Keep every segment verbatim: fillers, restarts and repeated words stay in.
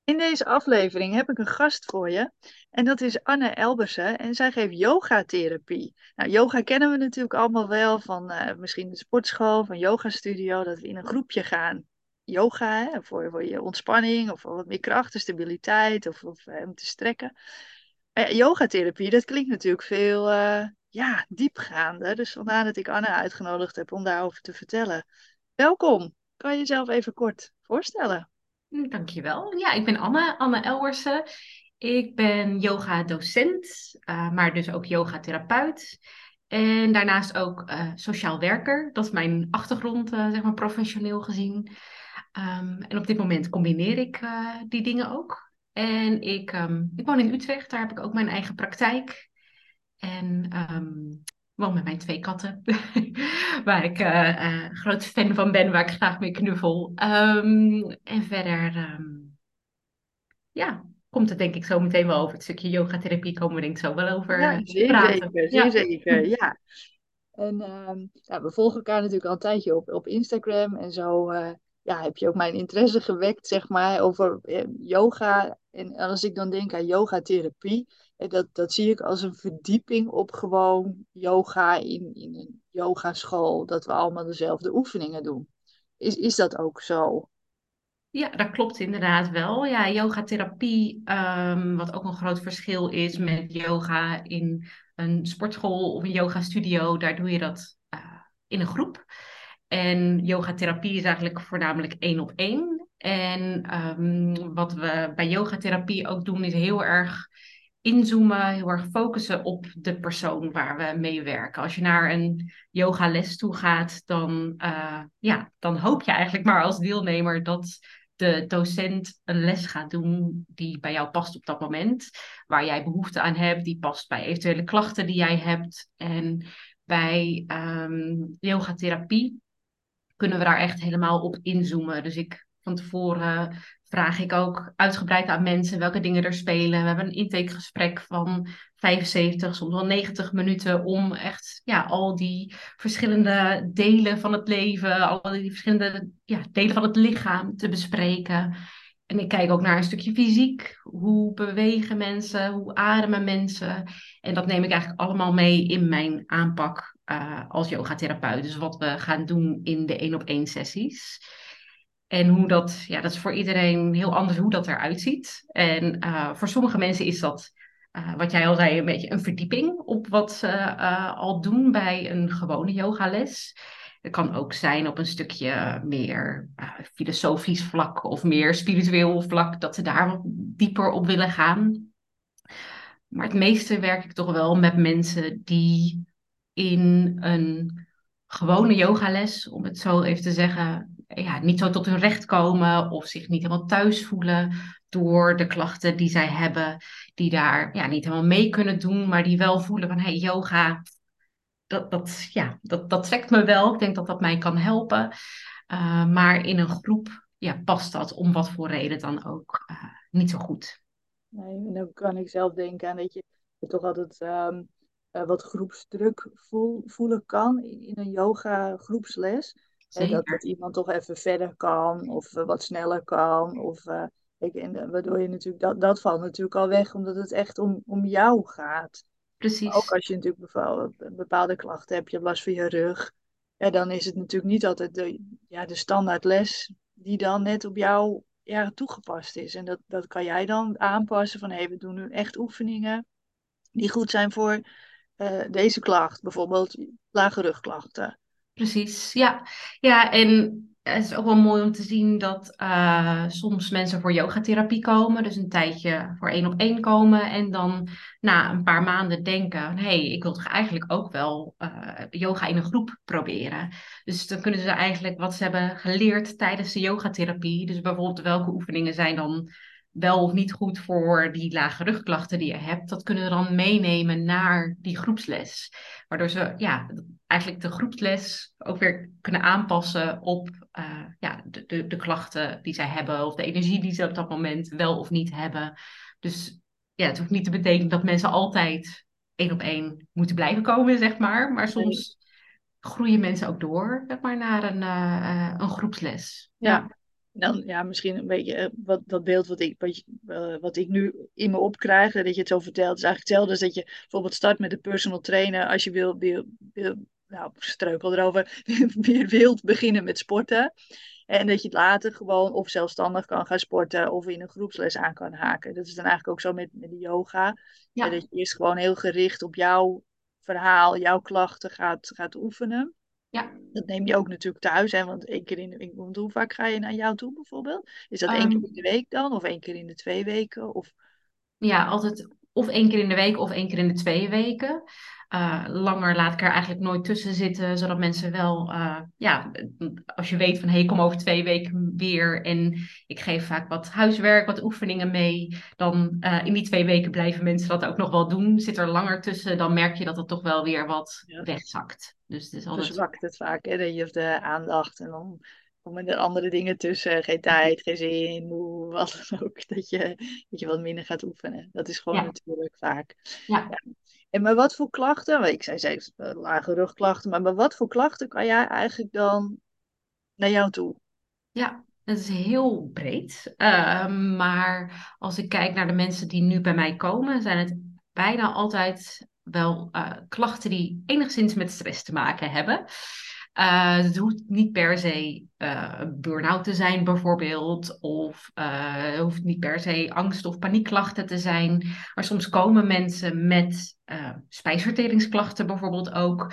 In deze aflevering heb ik een gast voor je. En dat is Anne Elbersen. En zij geeft yogatherapie. Nou, yoga kennen we natuurlijk allemaal wel van eh, misschien de sportschool, van yogastudio. Dat we in een groepje gaan yoga, hè, voor, voor je ontspanning of voor wat meer kracht en stabiliteit of, of eh, om te strekken. Eh, yogatherapie, dat klinkt natuurlijk veel eh, ja, diepgaander. Dus vandaar dat ik Anne uitgenodigd heb om daarover te vertellen. Welkom. Kan je jezelf even kort voorstellen? Hm, Dankjewel. Ja, ik ben Anne, Anne Elwersen. Ik ben yoga-docent, eh, maar dus ook yogatherapeut. En daarnaast ook eh, sociaal werker. Dat is mijn achtergrond, eh, zeg maar professioneel gezien. Ehm, en op dit moment combineer ik eh, die dingen ook. En ik, ehm, ik woon in Utrecht, daar heb ik ook mijn eigen praktijk. En ehm woon met mijn twee katten, waar ik eh eh, groot fan van ben, waar ik graag mee knuffel. Ehm, en verder, ehm, ja, komt het denk ik zo meteen wel over. Het stukje yogatherapie komen we denk ik zo wel over Ja, eh, zeer praten. zeker, zeer Ja. zeker, ja. En ehm, ja, we volgen elkaar natuurlijk al een tijdje op, op Instagram en zo eh, ja, heb je ook mijn interesse gewekt, zeg maar, over eh, yoga. En als ik dan denk aan yogatherapie, eh, dat, dat zie ik als een verdieping op gewoon yoga in, in een yogaschool, dat we allemaal dezelfde oefeningen doen. Is, is dat ook zo? Ja, dat klopt inderdaad wel. Ja, yogatherapie, ehm, wat ook een groot verschil is met yoga in een sportschool of een yogastudio, daar doe je dat eh, in een groep. En yogatherapie is eigenlijk voornamelijk één op één. En ehm, wat we bij yogatherapie ook doen, is heel erg inzoomen, heel erg focussen op de persoon waar we mee werken. Als je naar een yogales toe gaat, dan, eh, ja, dan hoop je eigenlijk maar als deelnemer dat de docent een les gaat doen die bij jou past op dat moment, waar jij behoefte aan hebt, die past bij eventuele klachten die jij hebt. En bij ehm yogatherapie kunnen we daar echt helemaal op inzoomen. Dus ik van tevoren vraag ik ook uitgebreid aan mensen welke dingen er spelen. We hebben een intakegesprek van vijfenzeventig, soms wel negentig minuten om echt ja, al die verschillende delen van het leven, al die verschillende ja, delen van het lichaam te bespreken. En ik kijk ook naar een stukje fysiek. Hoe bewegen mensen? Hoe ademen mensen? En dat neem ik eigenlijk allemaal mee in mijn aanpak eh, als yogatherapeut. Dus wat we gaan doen in de één op één sessies. En hoe dat, ja, dat is voor iedereen heel anders hoe dat eruit ziet. En eh, voor sommige mensen is dat, eh, wat jij al zei, een beetje een verdieping op wat ze eh, al doen bij een gewone yogales. Het kan ook zijn op een stukje meer uh, filosofisch vlak of meer spiritueel vlak, dat ze daar wat dieper op willen gaan. Maar het meeste werk ik toch wel met mensen die in een gewone yogales, om het zo even te zeggen, ja, niet zo tot hun recht komen of zich niet helemaal thuis voelen door de klachten die zij hebben, die daar ja, niet helemaal mee kunnen doen, maar die wel voelen van hey, yoga, dat, dat, ja, dat, dat trekt me wel. Ik denk dat dat mij kan helpen. Uh, maar in een groep ja, past dat om wat voor reden dan ook uh, niet zo goed. Nee, en dan kan ik zelf denken aan dat je toch altijd ehm, eh, wat groepsdruk voel, voelen kan in, in een yoga groepsles. Hè, dat, Zeker. dat iemand toch even verder kan of eh, wat sneller kan. Of, eh, ik, en, eh, waardoor je natuurlijk, dat, dat valt natuurlijk al weg omdat het echt om, om jou gaat. Maar ook Precies. als je natuurlijk bepaalde, bepaalde klachten hebt, je hebt last van je rug. Ja, dan is het natuurlijk niet altijd de, ja, de standaard les die dan net op jou ja, toegepast is. En dat, dat kan jij dan aanpassen van hé, we doen nu echt oefeningen die goed zijn voor eh, deze klacht. Bijvoorbeeld lage rugklachten. Precies, ja. Ja, en het is ook wel mooi om te zien dat eh, soms mensen voor yogatherapie komen, dus een tijdje voor één op één komen en dan na een paar maanden denken, hé, hey, ik wil toch eigenlijk ook wel eh, yoga in een groep proberen. Dus dan kunnen ze eigenlijk wat ze hebben geleerd tijdens de yogatherapie, dus bijvoorbeeld welke oefeningen zijn dan wel of niet goed voor die lage rugklachten die je hebt, dat kunnen we dan meenemen naar die groepsles. Waardoor ze ja, eigenlijk de groepsles ook weer kunnen aanpassen op eh, ja, de, de, de klachten die zij hebben of de energie die ze op dat moment wel of niet hebben. Dus ja, het hoeft niet te betekenen dat mensen altijd één op één moeten blijven komen, zeg maar. Maar Nee. soms groeien mensen ook door, zeg maar, naar een, eh, eh, een groepsles. Ja, Ja, dan ja, misschien een beetje eh, wat, dat beeld wat ik, wat, je- eh, wat ik nu in me opkrijg, eh, dat je het zo vertelt, is eigenlijk hetzelfde als dat je bijvoorbeeld start met een personal trainer als je wil, wil, wil nou, ik struikel erover, weer wilt beginnen met sporten. En dat je het later gewoon of zelfstandig kan gaan sporten of in een groepsles aan kan haken. Dat is dan eigenlijk ook zo met, met de yoga. Eh, dat Ja, je eerst gewoon heel gericht op jouw verhaal, jouw klachten gaat, gaat oefenen. ja. Dat neem je ook natuurlijk thuis, hè? Want één keer in de week, want hoe vaak ga je naar jou toe bijvoorbeeld? Is dat één keer Ehm, in de week dan? Of één keer in de twee weken? Of, Ja, altijd of één keer in de week of één keer in de twee weken. Uh, langer laat ik er eigenlijk nooit tussen zitten, zodat mensen wel, uh, ja, als je weet van hé, hey, ik kom over twee weken weer en ik geef vaak wat huiswerk, wat oefeningen mee, dan uh, in die twee weken blijven mensen dat ook nog wel doen. Zit er langer tussen, dan merk je dat het toch wel weer wat ja, wegzakt. Dus het is altijd, verzwakt het vaak, hè? Dat je hebt de aandacht en dan komen er andere dingen tussen. Geen tijd, geen zin, moe, wat dan ook. Dat je, dat je wat minder gaat oefenen. Dat is gewoon ja, natuurlijk vaak. ja. Ja. En maar wat voor klachten? Want ik zei steeds eh, lage rugklachten, maar, maar wat voor klachten kan jij eigenlijk dan naar jou toe? Ja, het is heel breed. Ehm, maar als ik kijk naar de mensen die nu bij mij komen, zijn het bijna altijd wel eh, klachten die enigszins met stress te maken hebben. Eh, het hoeft niet per se eh, een burn-out te zijn, bijvoorbeeld, of eh, het hoeft niet per se angst- of paniekklachten te zijn. Maar soms komen mensen met eh, spijsverteringsklachten bijvoorbeeld ook.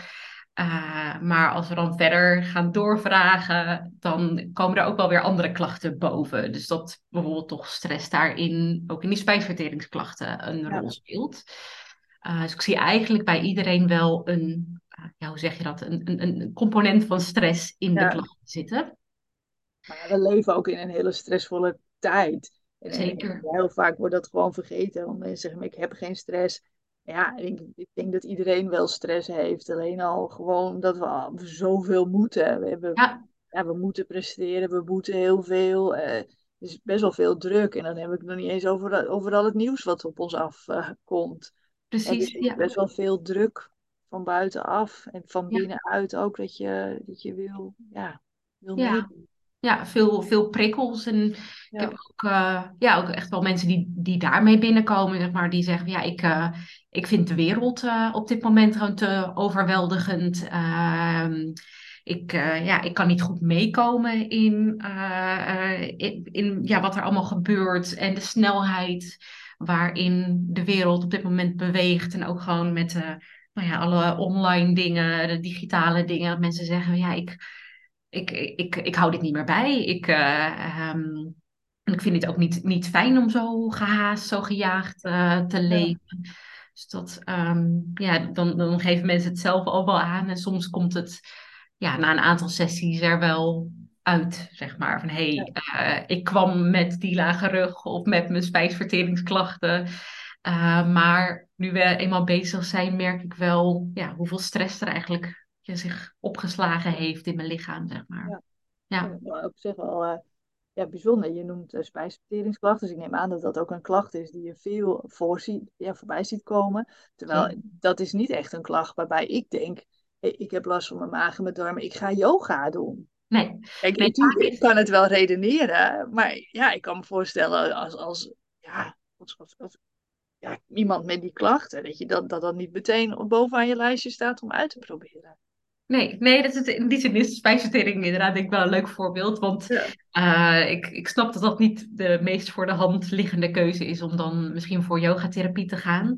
Uh, maar als we dan verder gaan doorvragen, dan komen er ook wel weer andere klachten boven. Dus dat bijvoorbeeld toch stress daarin, ook in die spijsverteringsklachten, een Ja, rol speelt. Uh, dus ik zie eigenlijk bij iedereen wel een, uh, ja, hoe zeg je dat, een, een, een component van stress in de ja. klachten zitten. Maar we leven ook in een hele stressvolle tijd. En, en, en Zeker. heel vaak wordt dat gewoon vergeten. Want mensen zeggen, ik heb geen stress. Ja, ik, ik denk dat iedereen wel stress heeft. Alleen al gewoon dat we al zoveel moeten. We, hebben, Ja, ja, we moeten presteren, we moeten heel veel. Eh, er is best wel veel druk. En dan heb ik het nog niet eens over, over al het nieuws wat op ons afkomt. Uh, komt. En precies. dus er is Ja, best wel veel druk van buitenaf. En van ja, binnenuit ook dat je, dat je wil, ja, wil ja. meedoen. Ja, veel, veel prikkels. En ik heb Ja. ook, eh, ja, ook echt wel mensen die, die daarmee binnenkomen, zeg maar, die zeggen, ja, ik, eh, ik vind de wereld eh, op dit moment gewoon te overweldigend. Ehm, ik, eh, ja, ik kan niet goed meekomen in, eh, eh, in, in ja, wat er allemaal gebeurt en de snelheid waarin de wereld op dit moment beweegt. En ook gewoon met eh, nou ja, alle online dingen, de digitale dingen. Dat mensen zeggen, ja, ik ik, ik, ik hou dit niet meer bij. Ik, eh, ehm, ik vind het ook niet, niet fijn om zo gehaast, zo gejaagd eh, te Ja, leven. Dus dat, ehm, ja, dan, dan geven mensen het zelf al wel aan. En soms komt het ja, na een aantal sessies er wel uit, zeg maar. Van hé, ja, hey, ik kwam met die lage rug of met mijn spijsverteringsklachten. Uh, maar nu we eenmaal bezig zijn, merk ik wel ja, hoeveel stress er eigenlijk ja, zich opgeslagen heeft in mijn lichaam, zeg maar. ja. Ik vind Ja, het wel op zich wel eh, ja, bijzonder. Je noemt uh, spijsverteringsklachten, dus ik neem aan dat dat ook een klacht is die je veel voorziet, ja, voorbij ziet komen. Terwijl zeker. dat is niet echt een klacht waarbij ik denk, hey, ik heb last van mijn maag en mijn darmen, ik ga yoga doen. Nee, Kijk, nee, ik, tuurlijk, vaak ik is kan het wel redeneren, maar ja, ik kan me voorstellen als, als, ja, als, als, als- ja, iemand met die klachten, dat je dat, dat dat niet meteen bovenaan je lijstje staat om uit te proberen. Nee, nee, dat is, in die zin is spijsvertering inderdaad denk ik wel een leuk voorbeeld. Want Ja, eh, ik, ik snap dat dat niet de meest voor de hand liggende keuze is om dan misschien voor yogatherapie te gaan.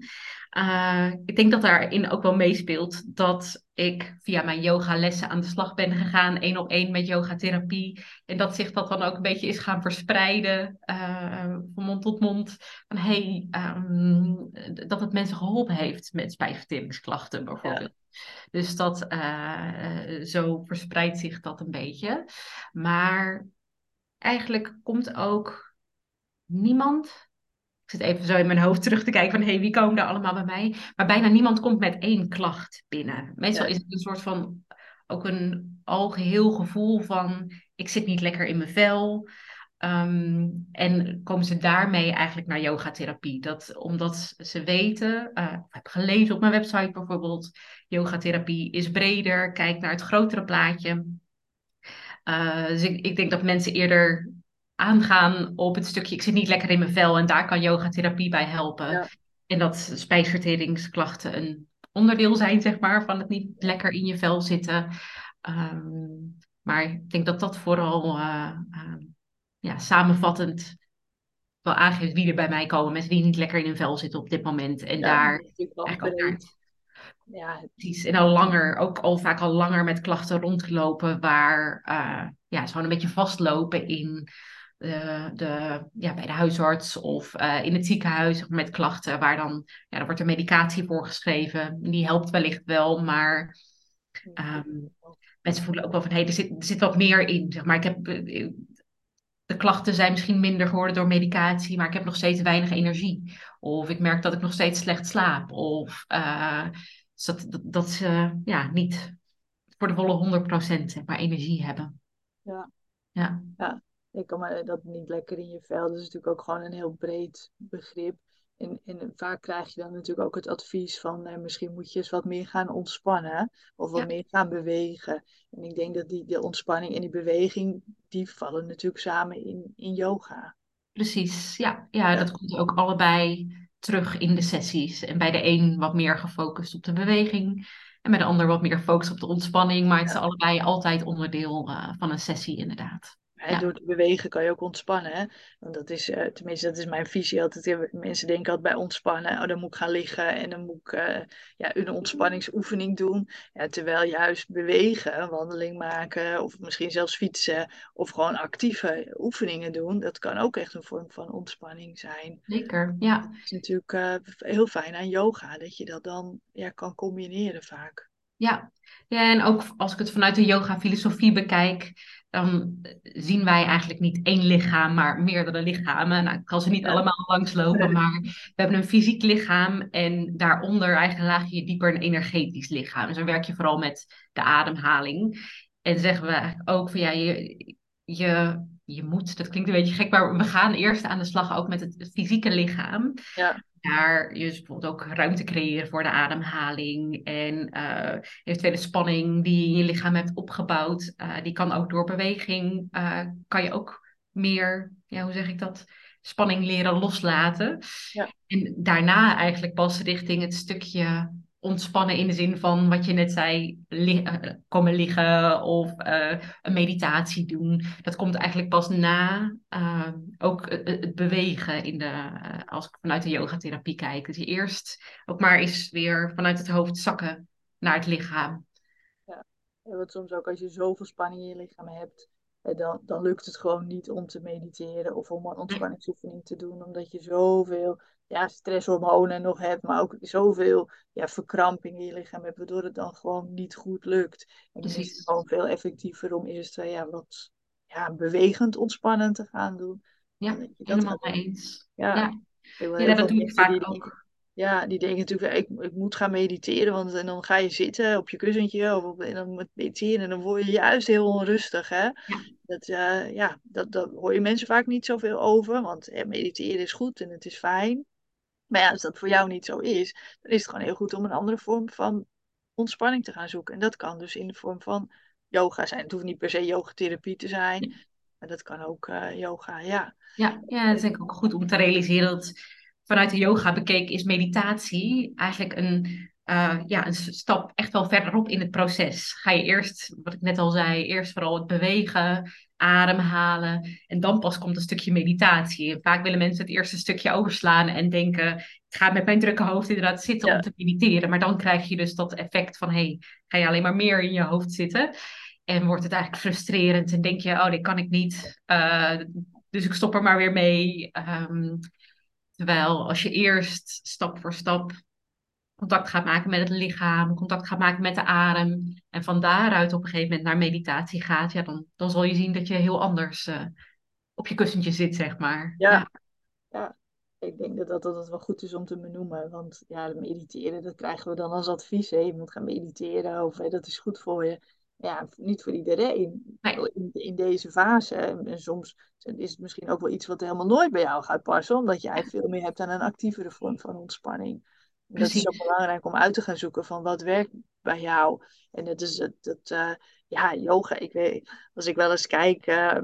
Eh, ik denk dat daarin ook wel meespeelt dat ik via mijn yogalessen aan de slag ben gegaan, één op één met yogatherapie. En dat zich dat dan ook een beetje is gaan verspreiden, eh, van mond tot mond. Van hey, ehm, dat het mensen geholpen heeft met spijsverteringsklachten ja, bijvoorbeeld. Dus dat, eh, eh, zo verspreidt zich dat een beetje. Maar eigenlijk komt ook niemand. Ik zit even zo in mijn hoofd terug te kijken van, hé, hey, wie komen er allemaal bij mij? Maar bijna niemand komt met één klacht binnen. Meestal is ja, het een soort van, ook een algeheel gevoel van, ik zit niet lekker in mijn vel. Ehm, en komen ze daarmee eigenlijk naar yogatherapie? Dat, omdat ze weten, eh, ik heb gelezen op mijn website bijvoorbeeld, yogatherapie is breder, kijk naar het grotere plaatje. Uh, dus ik, ik denk dat mensen eerder aangaan op het stukje, ik zit niet lekker in mijn vel en daar kan yogatherapie bij helpen. Ja, En dat spijsverteringsklachten een onderdeel zijn, zeg maar, van het niet lekker in je vel zitten. Ehm, maar ik denk dat dat vooral uh, uh, ja, samenvattend wel aangeeft wie er bij mij komen. Mensen die niet lekker in hun vel zitten op dit moment. En ja, dat daar is natuurlijk wel eigenlijk ook naar breed. het Ja, precies. En al langer, ook al vaak al langer met klachten rondlopen waar uh, ja, ze gewoon een beetje vastlopen in de, de, ja, bij de huisarts of uh, in het ziekenhuis met klachten waar dan, ja, dan wordt er medicatie voor geschreven. Die helpt wellicht wel, maar um, mensen voelen ook wel van, hé, hey, er zit, er zit wat meer in, zeg maar. Ik heb, uh, de klachten zijn misschien minder geworden door medicatie, maar ik heb nog steeds weinig energie. Of ik merk dat ik nog steeds slecht slaap. Of uh, dus dat, dat, dat ze ja, niet voor de volle honderd procent zeg maar, energie hebben. ja. Ja, Ja, ik kan me dat niet lekker in je vel. Dat is natuurlijk ook gewoon een heel breed begrip. En, en vaak krijg je dan natuurlijk ook het advies van eh, misschien moet je eens wat meer gaan ontspannen of wat ja, meer gaan bewegen. En ik denk dat die, de ontspanning en die beweging, die vallen natuurlijk samen in, in yoga. precies. Ja, ja, Ja, dat komt ook allebei terug in de sessies. En bij de een wat meer gefocust op de beweging. En bij de ander wat meer gefocust op de ontspanning. Maar het is ja. allebei altijd onderdeel uh, van een sessie, inderdaad. Hè, Ja, door te bewegen kan je ook ontspannen. Hè? Want dat is, eh, tenminste, dat is mijn visie altijd. Ja, mensen denken altijd bij ontspannen, oh, dan moet ik gaan liggen en dan moet ik eh, ja, een ontspanningsoefening doen. Ja, terwijl juist bewegen, een wandeling maken of misschien zelfs fietsen of gewoon actieve oefeningen doen, dat kan ook echt een vorm van ontspanning zijn. zeker. Ja. Het is natuurlijk eh, heel fijn aan yoga, dat je dat dan ja, kan combineren vaak. Ja. Ja, en ook als ik het vanuit de yoga-filosofie bekijk, dan zien wij eigenlijk niet één lichaam, maar meerdere lichamen. Nou, ik kan ze niet Ja. allemaal langslopen, maar we hebben een fysiek lichaam en daaronder eigenlijk laag je dieper een energetisch lichaam. Dus dan werk je vooral met de ademhaling. En zeggen we eigenlijk ook van ja, je, je, je moet, dat klinkt een beetje gek, maar we gaan eerst aan de slag ook met het, het fysieke lichaam. Ja, Daar je dus bijvoorbeeld ook ruimte creëren voor de ademhaling en uh, eventuele spanning die je in je lichaam hebt opgebouwd, uh, die kan ook door beweging, uh, kan je ook meer, ja, hoe zeg ik dat, spanning leren loslaten. ja, En daarna eigenlijk pas richting het stukje ontspannen in de zin van wat je net zei, li- uh, komen liggen of uh, een meditatie doen. Dat komt eigenlijk pas na uh, ook het, het bewegen in de, uh, als ik vanuit de yogatherapie kijk. Dus je eerst ook maar eens weer vanuit het hoofd zakken naar het lichaam. ja. Ja, want soms ook als je zoveel spanning in je lichaam hebt, eh, dan, dan lukt het gewoon niet om te mediteren of om een ontspanningsoefening te doen, omdat je zoveel ja, stresshormonen nog hebt, maar ook zoveel ja, verkramping in je lichaam hebt, waardoor het dan gewoon niet goed lukt. En dan is het Precies. gewoon veel effectiever om eerst eh, ja, wat ja, bewegend ontspannen te gaan doen, dan Ja, dat je dat helemaal gaat mee doen. eens. Ja, Ja. ik heb wel heel Ja, dat veel doe ik mensen vaak die denken, ook. ja, die denken natuurlijk, ik, ik moet gaan mediteren, want en dan ga je zitten op je kussentje of op, en dan moet mediteren en dan word je juist heel onrustig, hè. Ja, Dat, eh, ja, dat, dat hoor je mensen vaak niet zoveel over, want eh, mediteren is goed en het is fijn. Maar ja, als dat voor jou niet zo is, dan is het gewoon heel goed om een andere vorm van ontspanning te gaan zoeken. En dat kan dus in de vorm van yoga zijn. Het hoeft niet per se yogatherapie te zijn, maar dat kan ook eh, yoga, ja. ja, ja, het is denk ik ook goed om te realiseren dat vanuit de yoga bekeken is meditatie eigenlijk een, uh, ja, een stap echt wel verderop in het proces. Ga je eerst, wat ik net al zei, eerst vooral het bewegen, ademhalen en dan pas komt een stukje meditatie. En vaak willen mensen het eerste stukje overslaan en denken, ik ga met mijn drukke hoofd inderdaad zitten om Ja, te mediteren. Maar dan krijg je dus dat effect van, hey, ga je alleen maar meer in je hoofd zitten. En wordt het eigenlijk frustrerend en denk je, oh, dit kan ik niet. Uh, dus ik stop er maar weer mee. Um, terwijl als je eerst stap voor stap contact gaat maken met het lichaam, contact gaat maken met de adem. En van daaruit op een gegeven moment naar meditatie gaat, ja, dan, dan zal je zien dat je heel anders uh, op je kussentje zit, zeg maar. ja, Ja, ja. Ik denk dat dat, dat het wel goed is om te benoemen. Want ja, mediteren, dat krijgen we dan als advies. Hè. Je moet gaan mediteren of hè, dat is goed voor je. Ja, niet voor iedereen nee, in, in deze fase. En, en soms is het misschien ook wel iets wat helemaal nooit bij jou gaat passen. Omdat jij veel meer hebt aan een actievere vorm van ontspanning. En dat is zo precies. belangrijk om uit te gaan zoeken van wat werkt bij jou. En dat is het, dat, uh, ja, yoga. Ik weet, als ik wel eens kijk... Uh,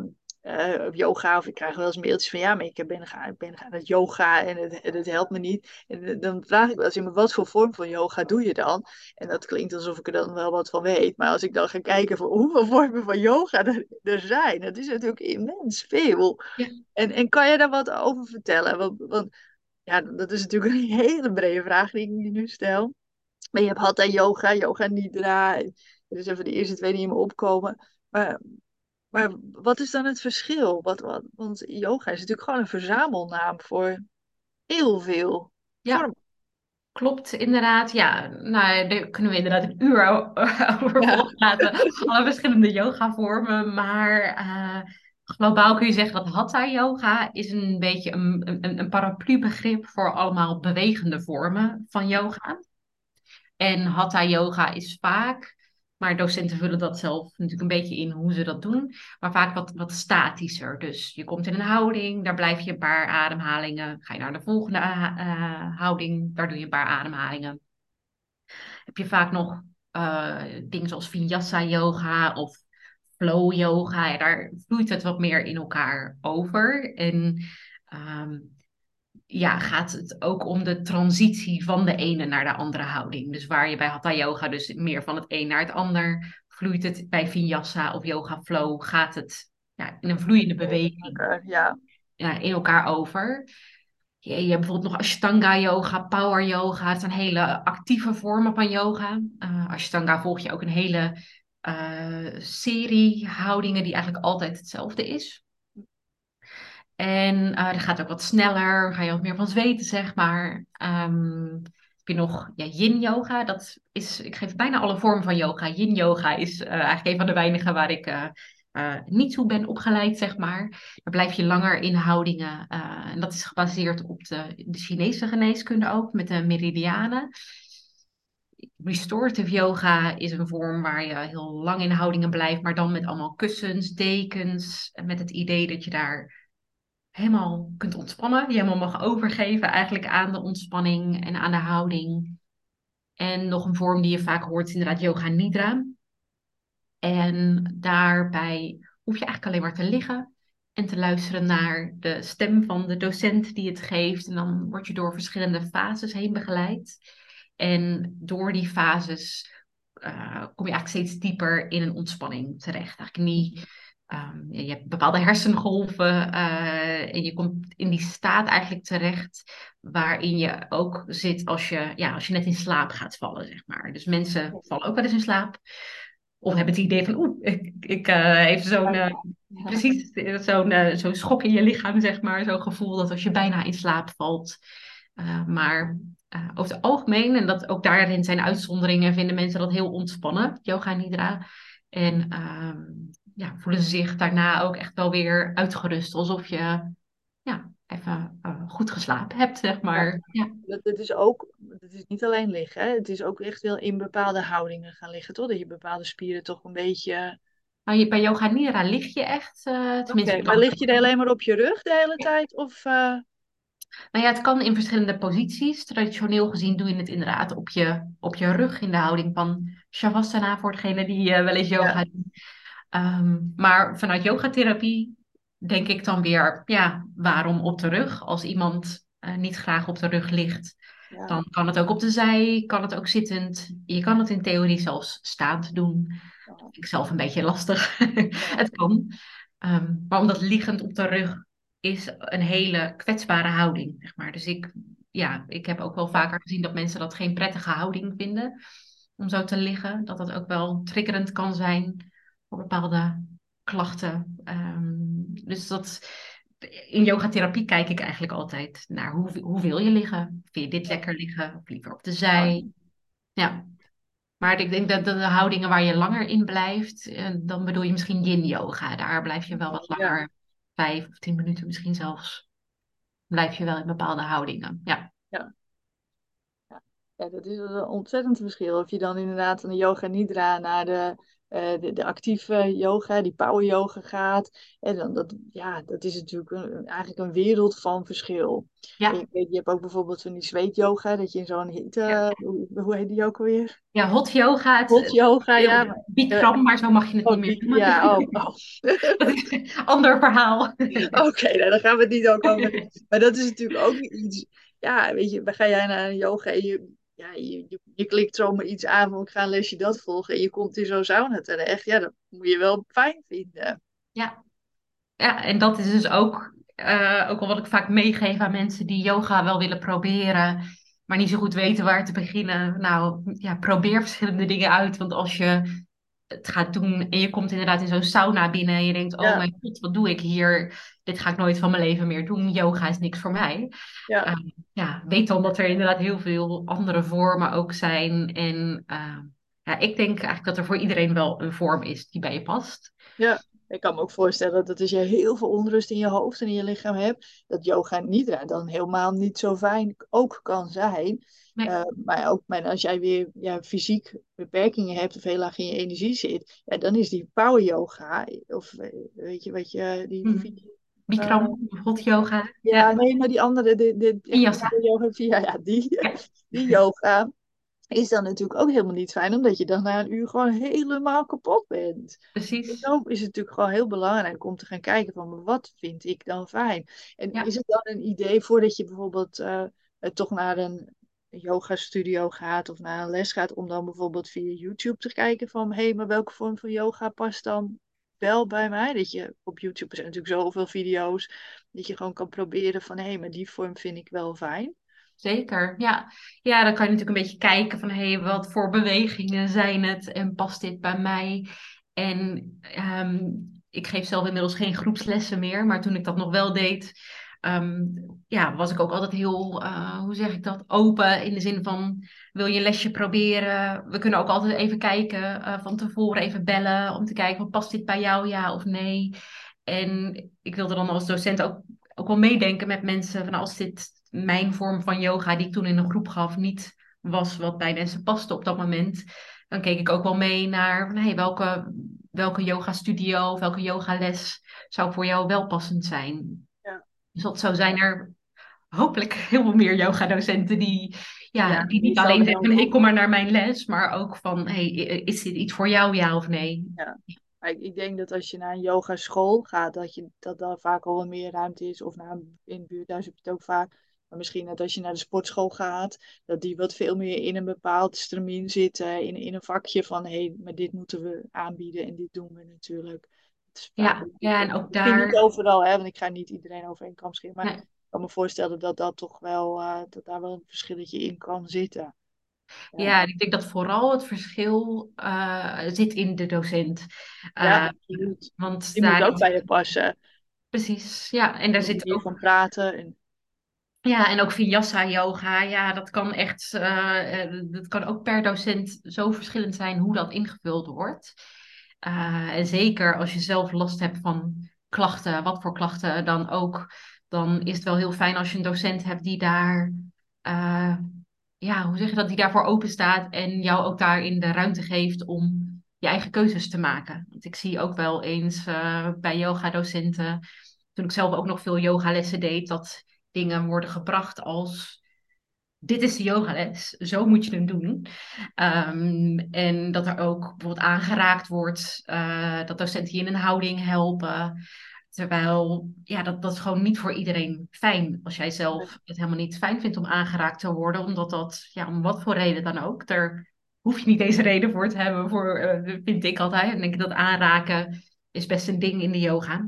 eh, yoga. Of ik krijg wel eens mailtjes van ja, maar ik ben, gaan, ik ben gaan het yoga en het, en het helpt me niet. En eh, dan vraag ik wel eens, maar wat voor vorm van yoga doe je dan? En dat klinkt alsof ik er dan wel wat van weet. Maar als ik dan ga kijken voor hoeveel vormen van yoga er, er zijn, dat is natuurlijk immens veel. Ja, En, en kan je daar wat over vertellen? Want, want ja, dat is natuurlijk een hele brede vraag die ik je nu stel. Maar je hebt hatha yoga, yoga nidra. En er is even de eerste twee die in me opkomen. Maar, maar wat is dan het verschil? Wat, wat, want yoga is natuurlijk gewoon een verzamelnaam voor heel veel ja, vormen. klopt inderdaad. Ja, nou, daar kunnen we inderdaad een uur o- over Ja, volpraten. Alle verschillende yogavormen. Maar eh, globaal kun je zeggen dat Hatha yoga is een beetje een, een, een paraplu-begrip voor allemaal bewegende vormen van yoga. En Hatha yoga is vaak, maar docenten vullen dat zelf natuurlijk een beetje in hoe ze dat doen, maar vaak wat, wat statischer. Dus je komt in een houding, daar blijf je een paar ademhalingen. Ga je naar de volgende eh, eh, houding, daar doe je een paar ademhalingen. Heb je vaak nog eh, dingen zoals Vinyasa yoga of flow yoga. Ja, daar vloeit het wat meer in elkaar over. En ehm, ja, gaat het ook om de transitie van de ene naar de andere houding. Dus waar je bij Hatha Yoga dus meer van het een naar het ander, vloeit het bij Vinyasa of Yoga Flow, gaat het ja, in een vloeiende beweging ja. ja, in elkaar over. Je, je hebt bijvoorbeeld nog Ashtanga yoga, power yoga. Het zijn hele actieve vormen van yoga. Uh, Ashtanga volg je ook een hele uh, serie houdingen die eigenlijk altijd hetzelfde is. En uh, dat gaat ook wat sneller, ga je wat meer van zweten, zeg maar. Um, heb je nog ja, yin yoga? Dat is, ik geef bijna alle vormen van yoga. Yin yoga is uh, eigenlijk een van de weinigen waar ik uh, uh, niet toe ben opgeleid, zeg maar. Daar blijf je langer in houdingen. Uh, en dat is gebaseerd op de, de Chinese geneeskunde ook, met de meridianen. Restorative yoga is een vorm waar je heel lang in houdingen blijft, maar dan met allemaal kussens, dekens, met het idee dat je daar helemaal kunt ontspannen. Die helemaal mag overgeven eigenlijk aan de ontspanning en aan de houding. En nog een vorm die je vaak hoort is inderdaad yoga nidra. En daarbij hoef je eigenlijk alleen maar te liggen en te luisteren naar de stem van de docent die het geeft. En dan word je door verschillende fases heen begeleid. En door die fases uh, kom je eigenlijk steeds dieper in een ontspanning terecht. Eigenlijk niet, um, je hebt bepaalde hersengolven uh, en je komt in die staat eigenlijk terecht waarin je ook zit als je, ja, als je net in slaap gaat vallen, zeg maar. Dus mensen vallen ook wel eens in slaap. Of hebben het idee van, oeh, ik, ik uh, even zo'n, uh, Ja. precies, zo'n uh, zo'n schok in je lichaam, zeg maar. Zo'n gevoel dat als je bijna in slaap valt. Uh, maar uh, over het algemeen, en dat ook daarin zijn uitzonderingen, vinden mensen dat heel ontspannen, yoga nidra. En uh, ja, voelen ze zich daarna ook echt wel weer uitgerust, alsof je ja, even uh, goed geslapen hebt, zeg Ja. maar. Ja. Dat, het is ook, het is niet alleen liggen, hè? Het is ook echt wel in bepaalde houdingen gaan liggen, toch? Dat je bepaalde spieren toch een beetje. Maar je, bij yoga nidra lig je echt, uh, Oké, tenminste, je maar kan. lig je er alleen maar op je rug de hele tijd? Of, eh, Nou ja, het kan in verschillende posities. Traditioneel gezien doe je het inderdaad op je, op je rug in de houding van Shavasana voor degene die uh, wel eens ja, yoga doen. Um, maar vanuit yogatherapie denk ik dan weer, ja, waarom op de rug? Als iemand uh, niet graag op de rug ligt, ja, dan kan het ook op de zij, kan het ook zittend. Je kan het in theorie zelfs staand doen. Dat ja, vind ik zelf een beetje lastig. ja, Het kan. Um, maar omdat liggend op de rug is een hele kwetsbare houding, zeg maar. Dus ik, ja, ik heb ook wel ja, vaker gezien dat mensen dat geen prettige houding vinden om zo te liggen. Dat dat ook wel triggerend kan zijn voor bepaalde klachten. Ehm, dus dat, in yogatherapie kijk ik eigenlijk altijd naar hoe, hoe wil je liggen? Vind je dit ja. lekker liggen of liever op de Ja. zij? Ja, maar ik denk dat de houdingen waar je langer in blijft, eh, dan bedoel je misschien yin yoga. Daar blijf je wel wat Ja. langer, vijf of tien minuten misschien zelfs, blijf je wel in bepaalde houdingen. Ja, Ja. Ja, ja, dat is een ontzettend verschil. Of je dan inderdaad van de yoga nidra naar de eh, de, de actieve yoga, die power yoga gaat. En dan dat, ja, dat is natuurlijk een, eigenlijk een wereld van verschil. En Ja, je, weet, je hebt ook bijvoorbeeld van die zweet yoga, dat je in zo'n ja. hitte, hoe, hoe heet die ook alweer? Ja, hot yoga, Hot het, yoga, ja. heel Maar, eh, Bikram, maar zo mag je het niet oh, meer die, noemen. ja, oh, oh. Dat is een ander verhaal. Oké, nou, dan gaan we het niet ook over. Maar dat is natuurlijk ook iets. Ja, weet je, dan ga jij naar een yoga en je, ja, je, je, je klikt zomaar iets aan van ik ga een lesje dat volgen. En je komt in zo'n sauna terecht. Ja, dat moet je wel fijn vinden. Ja, ja, en dat is dus ook, eh, ook al wat ik vaak meegeef aan mensen die yoga wel willen proberen, maar niet zo goed weten waar te beginnen. Nou, ja, probeer verschillende dingen uit. Want als je het gaat doen en je komt inderdaad in zo'n sauna binnen en je denkt, oh Ja, mijn god, wat doe ik hier? Dit ga ik nooit van mijn leven meer doen. Yoga is niks voor mij. ja, Eh, ja, weet dan dat er inderdaad heel veel andere vormen ook zijn. En eh, ja, ik denk eigenlijk dat er voor iedereen wel een vorm is die bij je past. ja. Ik kan me ook voorstellen dat als je heel veel onrust in je hoofd en in je lichaam hebt, dat yoga nidra dan helemaal niet zo fijn ook kan zijn. Nee. Eh, maar ook maar als jij weer ja, fysiek beperkingen hebt of heel laag in je energie zit, ja, dan is die power yoga, of eh, weet je wat je, die, Mhm. die Bikram, hot yoga. ja, Ja, nee, maar die andere, de, de, de echte vinyasa. power yoga, via, ja, die, Ja, die yoga is dan natuurlijk ook helemaal niet fijn, omdat je dan na een uur gewoon helemaal kapot bent. En precies. zo is het natuurlijk gewoon heel belangrijk om te gaan kijken van wat vind ik dan fijn. En Ja, is het dan een idee voordat je bijvoorbeeld eh, eh, toch naar een yoga studio gaat of naar een les gaat, om dan bijvoorbeeld via YouTube te kijken van hé, hey, maar welke vorm van yoga past dan wel bij mij? Dat je op YouTube zijn natuurlijk zoveel video's dat je gewoon kan proberen van hé, hey, maar die vorm vind ik wel fijn. zeker. Ja. Ja, dan kan je natuurlijk een beetje kijken van hé, wat voor bewegingen zijn het en past dit bij mij? En ehm, ik geef zelf inmiddels geen groepslessen meer, maar toen ik dat nog wel deed, ehm, ja, was ik ook altijd heel, eh, hoe zeg ik dat, open in de zin van wil je een lesje proberen? We kunnen ook altijd even kijken, eh, van tevoren even bellen om te kijken, wat past dit bij jou, ja of nee? En ik wilde dan als docent ook, ook wel meedenken met mensen van als dit mijn vorm van yoga die ik toen in een groep gaf niet was wat bij mensen paste op dat moment, dan keek ik ook wel mee naar van, hey, welke, welke yoga studio of welke yogales zou voor jou wel passend zijn. Ja, Dus dat zo zijn er hopelijk heel veel meer yogadocenten die, ja, ja, die die niet zal alleen er zeggen wel van hey, zijn. kom maar naar mijn les, maar ook van hey, is dit iets voor jou, ja of nee? Ja. Maar Ik, ik denk dat als je naar een yogaschool gaat, dat, je, dat daar vaak al wel meer ruimte is. Of naar een, in het buurthuis heb je het ook vaak. Maar misschien dat als je naar de sportschool gaat, dat die wat veel meer in een bepaald stramien zitten. In, in een vakje van, hé, hey, maar dit moeten we aanbieden en dit doen we natuurlijk. Het is vaak Ja, een ja, beetje, en ook misschien niet daar. overal, hè, want ik ga niet iedereen over één kam scheren. Maar Nee. ik kan me voorstellen dat dat toch wel, eh, dat daar wel een verschilletje in kan zitten. Ja, Ja, en ik denk dat vooral het verschil eh, zit in de docent. ja, Uh, absoluut. want Die moet ook daar, bij je passen. precies, ja, en daar De zit manier ook, van praten. En, ja, en ook Vinyasa yoga, ja, dat kan echt, eh, eh, dat kan ook per docent zo verschillend zijn hoe dat ingevuld wordt. Eh, en zeker als je zelf last hebt van klachten, wat voor klachten dan ook, dan is het wel heel fijn als je een docent hebt die daar eh, ja, hoe zeg je dat, die daarvoor open staat en jou ook daarin de ruimte geeft om je eigen keuzes te maken. Want ik zie ook wel eens eh, bij yogadocenten, toen ik zelf ook nog veel yogalessen deed, dat dingen worden gebracht als dit is de yogales, zo moet je hem doen. Ehm, en dat er ook bijvoorbeeld aangeraakt wordt, eh, dat docenten je in een houding helpen. Terwijl, ja, dat, dat is gewoon niet voor iedereen fijn. Als jij zelf het helemaal niet fijn vindt om aangeraakt te worden, omdat dat, ja, om wat voor reden dan ook, daar hoef je niet deze reden voor te hebben, voor, eh, vind ik altijd. En denk ik dat aanraken is best een ding in de yoga.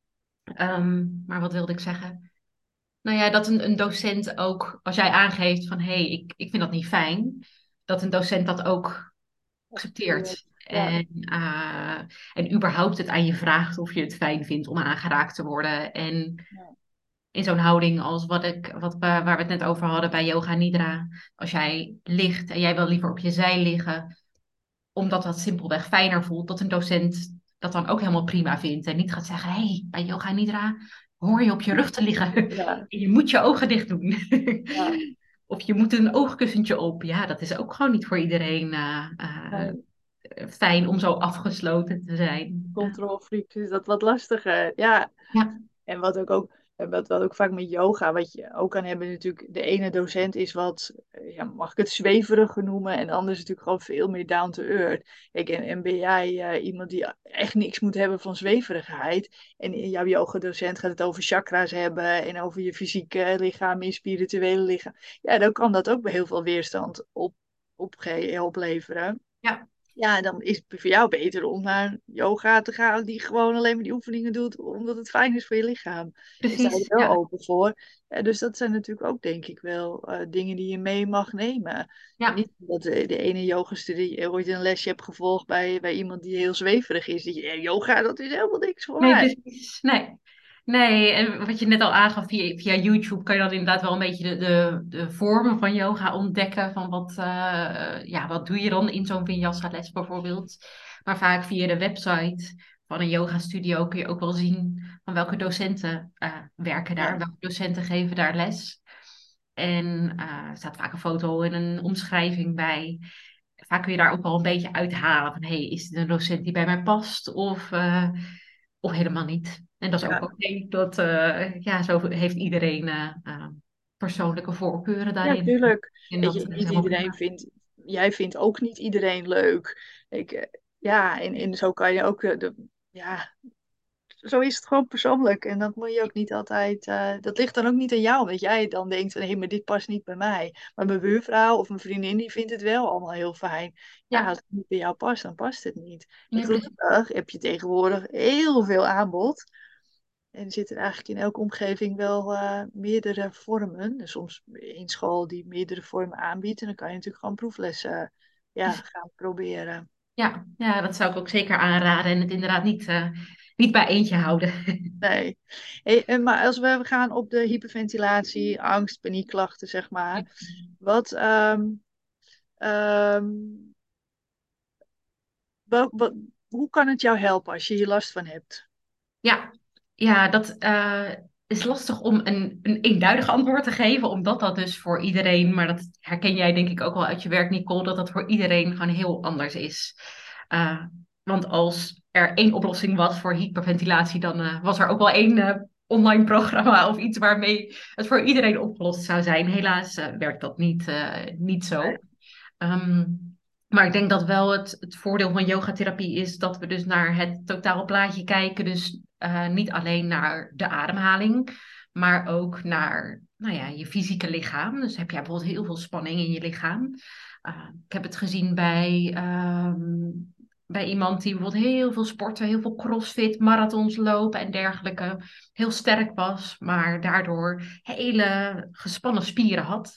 Ehm, maar wat wilde ik zeggen? Nou ja, dat een, een docent ook, als jij aangeeft van hé, hey, ik, ik vind dat niet fijn, dat een docent dat ook accepteert. ja, En, eh, en überhaupt het aan je vraagt of je het fijn vindt om aangeraakt te worden. En ja, in zo'n houding als wat ik, wat, we- waar we het net over hadden bij Yoga Nidra. Als jij ligt en jij wil liever op je zij liggen, omdat dat simpelweg fijner voelt, dat een docent dat dan ook helemaal prima vindt. En niet gaat zeggen, hé, hey, bij Yoga Nidra hoor je op je rug te liggen. ja, En je moet je ogen dicht doen. ja. Of je moet een oogkussentje op. Ja, dat is ook gewoon niet voor iedereen eh, eh, Nee. fijn om zo afgesloten te zijn. Uh, Controlfreak is dat wat lastiger. Ja, ja, en wat ook, ook, en wat, wat ook vaak met yoga, wat je ook kan hebben natuurlijk, de ene docent is wat, eh, ja, mag ik het zweverig noemen, en de andere is natuurlijk gewoon veel meer down to earth. Kijk, en, en ben jij eh, iemand die echt niks moet hebben van zweverigheid, en in jouw yoga-docent gaat het over chakra's hebben, en over je fysieke lichaam, je spirituele lichaam, ja, dan kan dat ook bij heel veel weerstand op, opge- opleveren. ja, Ja, dan is het voor jou beter om naar yoga te gaan, die gewoon alleen maar die oefeningen doet, omdat het fijn is voor je lichaam. En sta je precies. er wel Ja, open voor. Ja, dus dat zijn natuurlijk ook, denk ik wel, eh, dingen die je mee mag nemen. En ja. niet dat de, de ene yogastudie ooit een lesje hebt gevolgd bij, bij iemand die heel zweverig is. Die, eh, yoga, dat is helemaal niks voor Nee, mij. precies. Nee. Nee, en wat je net al aangaf, via, via YouTube kan je dan inderdaad wel een beetje de, de, de vormen van yoga ontdekken. Van wat, eh, ja, wat doe je dan in zo'n Vinyasa les bijvoorbeeld. Maar vaak via de website van een yoga studio kun je ook wel zien van welke docenten eh, werken daar. Ja, Welke docenten geven daar les. En eh, er staat vaak een foto en een omschrijving bij. Vaak kun je daar ook wel een beetje uithalen van, hey, is dit een docent die bij mij past of, eh, of helemaal niet? En dat is ook ja. oké. Dat, eh, ja, zo heeft iedereen eh, eh, persoonlijke voorkeuren Ja, daarin. tuurlijk. En Weet dat je, is niet helemaal iedereen prima. vindt, jij vindt ook niet iedereen leuk. Ik, eh, ja, en, en zo kan je ook, eh, de, ja, zo is het gewoon persoonlijk. En dat moet je ook niet altijd. eh, dat ligt dan ook niet aan jou. Dat jij dan denkt: hé, maar dit past niet bij mij. Maar mijn buurvrouw of mijn vriendin die vindt het wel allemaal heel fijn. Ja, als Ja, het niet bij jou past, dan past het niet. En nee, precies. gelukkig heb je tegenwoordig heel veel aanbod. En er zitten eigenlijk in elke omgeving wel eh, meerdere vormen. Dus soms één school die meerdere vormen aanbiedt. En dan kan je natuurlijk gewoon proeflessen ja, gaan proberen. Ja, ja, dat zou ik ook zeker aanraden. En het inderdaad niet, eh, niet bij eentje houden. Nee. Hey, en maar als we gaan op de hyperventilatie, angst, paniekklachten, zeg maar. Wat, ehm, ehm, wel- wat, hoe kan het jou helpen als je hier last van hebt? Ja, ja, dat eh, is lastig om een, een eenduidig antwoord te geven, omdat dat dus voor iedereen, maar dat herken jij denk ik ook wel uit je werk, Nicole, dat dat voor iedereen gewoon heel anders is. Eh, want als er één oplossing was voor hyperventilatie, dan eh, was er ook wel één eh, online programma of iets waarmee het voor iedereen opgelost zou zijn. Helaas eh, werkt dat niet, eh, niet Nee. zo. Ehm, maar ik denk dat wel het, het voordeel van yogatherapie is dat we dus naar het totale plaatje kijken. Dus eh, niet alleen naar de ademhaling, maar ook naar nou ja, je fysieke lichaam. Dus heb jij bijvoorbeeld heel veel spanning in je lichaam. Uh, ik heb het gezien bij, ehm, bij iemand die bijvoorbeeld heel veel sporten, heel veel crossfit, marathons lopen en dergelijke. Heel sterk was, maar daardoor hele gespannen spieren had.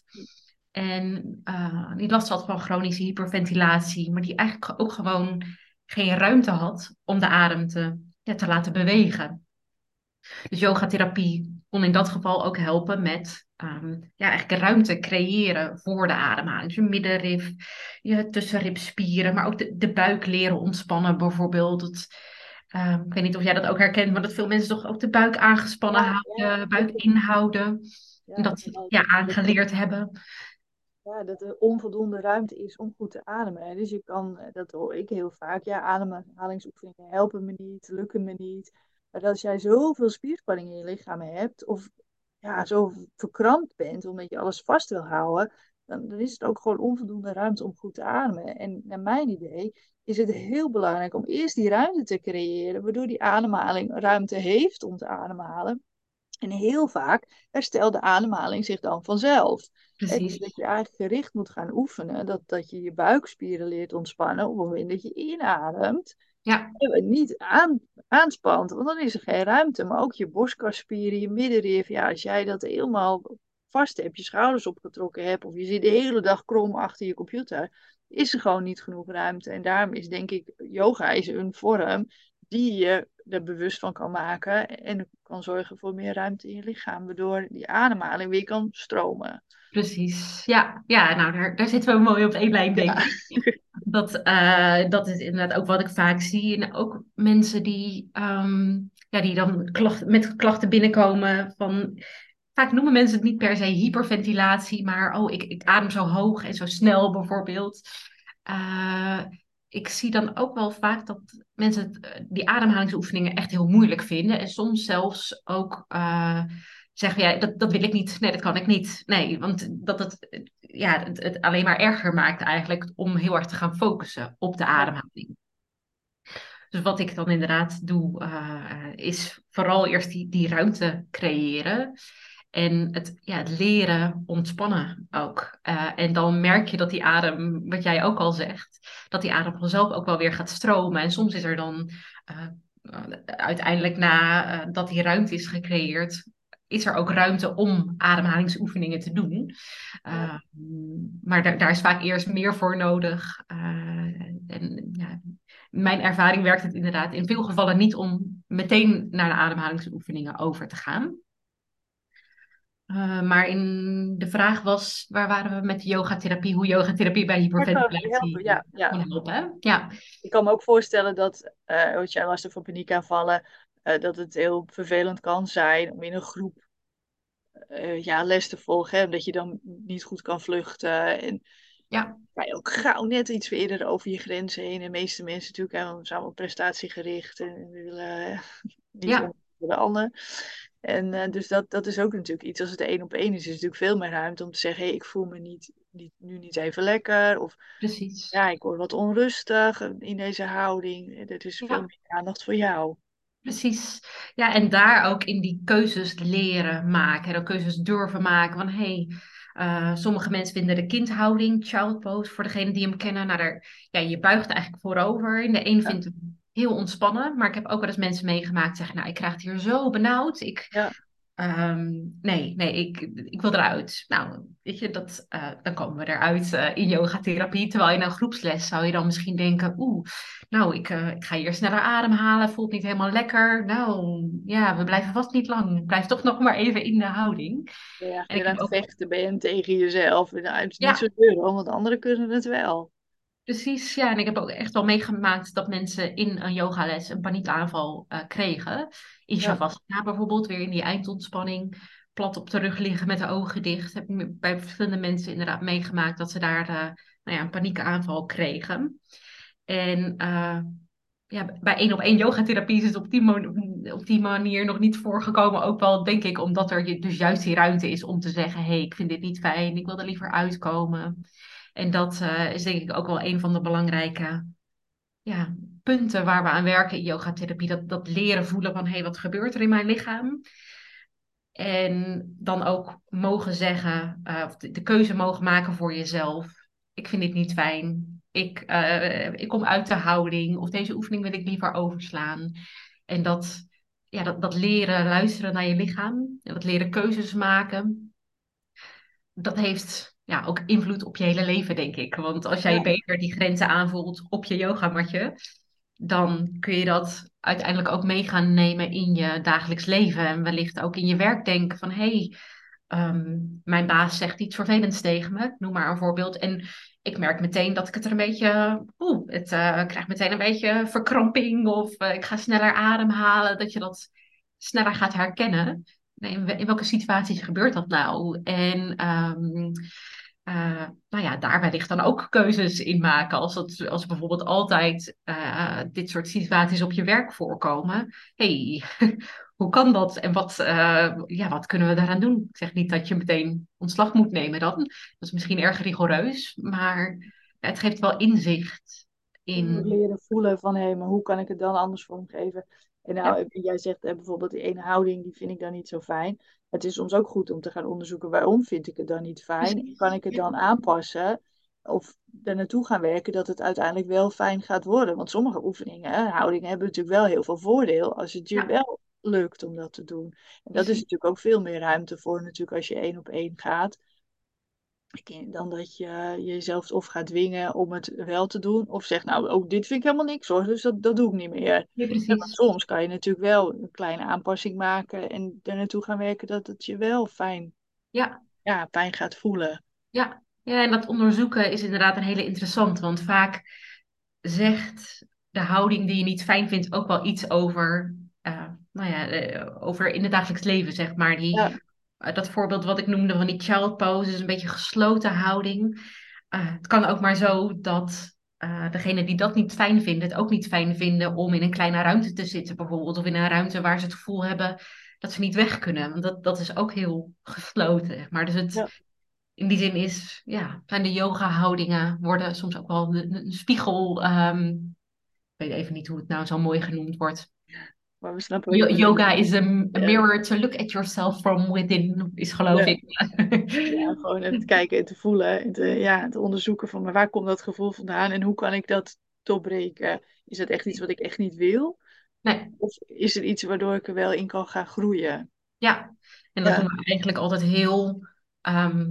En uh, die last had van chronische hyperventilatie, maar die eigenlijk ook gewoon geen ruimte had om de adem te, ja, te laten bewegen. Dus yogatherapie kon in dat geval ook helpen met um, ja, eigenlijk ruimte creëren voor de ademhaling. Dus je middenrif, je tussenribspieren, maar ook de, de buik leren ontspannen bijvoorbeeld. Het, um, ik weet niet of jij dat ook herkent, maar dat veel mensen toch ook de buik aangespannen Ja, ja, houden, buik zeker. inhouden. En Ja, dat vooral ja, dat, aangeleerd hebben. ja, dat er onvoldoende ruimte is om goed te ademen. Dus je kan, eh, dat hoor ik heel vaak, ja, ademhalingsoefeningen helpen me niet, lukken me niet. Maar als jij zoveel spierspanning in je lichaam hebt, of ja, zo verkrampt bent omdat je alles vast wil houden, dan, dan is het ook gewoon onvoldoende ruimte om goed te ademen. En naar mijn idee is het heel belangrijk om eerst die ruimte te creëren, waardoor die ademhaling ruimte heeft om te ademhalen. En heel vaak herstelt de ademhaling zich dan vanzelf. Hè, dus Precies. dat je eigenlijk gericht moet gaan oefenen, dat, dat je je buikspieren leert ontspannen op het moment dat je inademt. Ja, En niet aan, aanspant, want dan is er geen ruimte. Maar ook je borstkasspieren, je middenrif, ja, als jij dat helemaal vast hebt, je schouders opgetrokken hebt, of je zit de hele dag krom achter je computer, is er gewoon niet genoeg ruimte. En daarom is denk ik, yoga is een vorm die je er bewust van kan maken en kan zorgen voor meer ruimte in je lichaam, waardoor die ademhaling weer kan stromen. precies. Ja, ja nou daar, daar zitten we mooi op één lijn, denk Ja, ik. Dat, eh, dat is inderdaad ook wat ik vaak zie. En ook mensen die, ehm, ja, die dan klachten, met klachten binnenkomen van... Vaak noemen mensen het niet per se hyperventilatie, maar oh, ik, ik adem zo hoog en zo snel bijvoorbeeld. Eh, ik zie dan ook wel vaak dat mensen het, eh, die ademhalingsoefeningen echt heel moeilijk vinden. En soms zelfs ook eh, zeggen, ja, dat, dat wil ik niet. Nee, dat kan ik niet. Nee, want dat het, eh, ja, het, het alleen maar erger maakt eigenlijk om heel erg te gaan focussen op de Ja, ademhaling. Dus wat ik dan inderdaad doe, eh, is vooral eerst die, die ruimte creëren. En het, ja, het leren ontspannen ook. Eh, en dan merk je dat die adem, wat jij ook al zegt, dat die adem vanzelf ook wel weer gaat stromen. En soms is er dan eh, uiteindelijk na eh, dat die ruimte is gecreëerd, is er ook ruimte om ademhalingsoefeningen te doen. ja, Uh, maar daar, daar is vaak eerst meer voor nodig. Uh, en ja, mijn ervaring werkt het inderdaad in veel gevallen niet om meteen naar de ademhalingsoefeningen over te gaan. Uh, maar in de vraag was, waar waren we met yogatherapie? Hoe yogatherapie bij dat kan die helpen. hyperventilatie Ja, ja. kan helpen. Ja, Ik kan me ook voorstellen dat, eh als jij last hebt van paniekaanvallen, eh, dat het heel vervelend kan zijn om in een groep eh, ja, les te volgen, hè, omdat je dan niet goed kan vluchten. En ja, ga je ook gauw net iets eerder over je grenzen heen. En de meeste mensen natuurlijk hè, zijn allemaal prestatiegericht en willen eh, niet om ja, voor de ander. En eh, dus dat, dat is ook natuurlijk iets, als het één op één is, is natuurlijk veel meer ruimte om te zeggen, hé, ik voel me niet, niet, nu niet even lekker. Of precies. ja, ik word wat onrustig in deze houding. Er is veel Ja. meer aandacht voor jou. Precies. Ja, en daar ook in die keuzes leren maken. En ook keuzes durven maken. Van hey, eh, sommige mensen vinden de kindhouding, child pose, voor degene die hem kennen. Nou, daar, ja, je buigt eigenlijk voorover. En de een Ja, vindt het heel ontspannen. Maar ik heb ook wel eens mensen meegemaakt die zeggen, nou, ik krijg het hier zo benauwd. Ik, ja, Ehm, nee, nee, ik, ik wil eruit. Nou, weet je, dat, eh, dan komen we eruit eh, in yogatherapie. Terwijl in een groepsles zou je dan misschien denken, oeh, nou, ik, eh, ik ga hier sneller ademhalen, voelt niet helemaal lekker. Nou, ja, we blijven vast niet lang. Blijf toch nog maar even in de houding. ben je eigenlijk En ik weer aan heb het ook, vechten ben je tegen jezelf. Nou, het is niet zo ja, duur, hoor, want anderen kunnen het wel. precies, ja. En ik heb ook echt wel meegemaakt dat mensen in een yogales een paniekaanval eh, kregen. In Ja, Shavasana bijvoorbeeld, weer in die eindontspanning. Plat op de rug liggen met de ogen dicht. Heb ik bij verschillende mensen inderdaad meegemaakt dat ze daar eh, nou ja, een paniekaanval kregen. En eh, ja, bij één op één yogatherapie is het op die, mo- op die manier nog niet voorgekomen. Ook wel, denk ik, omdat er je- dus juist die ruimte is om te zeggen: hé, hey, ik vind dit niet fijn, ik wil er liever uitkomen. En dat eh, is denk ik ook wel een van de belangrijke ja, punten waar we aan werken in yogatherapie. Dat, dat leren voelen van: hé, hey, wat gebeurt er in mijn lichaam? En dan ook mogen zeggen, eh, of de, de keuze mogen maken voor jezelf. Ik vind dit niet fijn. Ik, eh, ik kom uit de houding. Of deze oefening wil ik liever overslaan. En dat, ja, dat, dat leren luisteren naar je lichaam. En dat leren keuzes maken. Dat heeft ja, ook invloed op je hele leven, denk ik. Want als jij ja, beter die grenzen aanvoelt op je yogamatje, dan kun je dat uiteindelijk ook mee gaan nemen in je dagelijks leven. En wellicht ook in je werk denken van, hé, hey, ehm, mijn baas zegt iets vervelends tegen me. Ik noem maar een voorbeeld. En ik merk meteen dat ik het er een beetje, oeh, het uh, krijgt meteen een beetje verkramping of eh, ik ga sneller ademhalen. Dat je dat sneller gaat herkennen. Nee, in, in welke situaties gebeurt dat nou? En ehm, eh, nou ja, daar wellicht dan ook keuzes in maken. Als, het, als bijvoorbeeld altijd eh, dit soort situaties op je werk voorkomen. hey, hoe kan dat? En wat, eh, ja, wat kunnen we daaraan doen? Ik zeg niet dat je meteen ontslag moet nemen dan. Dat is misschien erg rigoureus, maar ja, het geeft wel inzicht je moet in. leren voelen van, hé, maar hoe kan ik het dan anders vormgeven? En Ja, nou, jij zegt eh, bijvoorbeeld die ene houding, die vind ik dan niet zo fijn. Het is soms ook goed om te gaan onderzoeken, waarom vind ik het dan niet fijn? Kan precies. ik het Ja, dan aanpassen? Of er naartoe gaan werken dat het uiteindelijk wel fijn gaat worden? Want sommige oefeningen, hè, houdingen, hebben natuurlijk wel heel veel voordeel als het je ja, wel lukt om dat te doen. En dat is precies. natuurlijk ook veel meer ruimte voor natuurlijk als je één op één gaat. Dan dat je jezelf of gaat dwingen om het wel te doen. Of zegt, nou, ook dit vind ik helemaal niks hoor. Dus dat, dat doe ik niet meer. Ja, Ja, maar precies. soms kan je natuurlijk wel een kleine aanpassing maken. En er naartoe gaan werken dat het je wel fijn, Ja, ja, fijn gaat voelen. ja. Ja, en dat onderzoeken is inderdaad een hele interessant, want vaak zegt de houding die je niet fijn vindt ook wel iets over, eh, nou ja, eh, over in het dagelijks leven, zeg maar. Die, Ja, eh, dat voorbeeld wat ik noemde van die child pose is een beetje een gesloten houding. Eh, het kan ook maar zo dat uh, degene die dat niet fijn vinden, het ook niet fijn vinden om in een kleine ruimte te zitten bijvoorbeeld. Of in een ruimte waar ze het gevoel hebben dat ze niet weg kunnen. Want dat, dat is ook heel gesloten. Zeg maar dus het, Ja. in die zin is, ja, zijn de yoga-houdingen worden soms ook wel een, een spiegel. Um, ik weet even niet hoe het nou zo mooi genoemd wordt. Maar we snappen wat Yo- je bedoelt. yoga is a, a Ja. mirror to look at yourself from within, is geloof Ja. ik. Ja, gewoon het kijken en te voelen en te, ja, te onderzoeken van maar waar komt dat gevoel vandaan en hoe kan ik dat doorbreken? Is dat echt iets wat ik echt niet wil? Nee, Of is er iets waardoor ik er wel in kan gaan groeien? ja. En dat doen Ja, we eigenlijk altijd heel, ehm,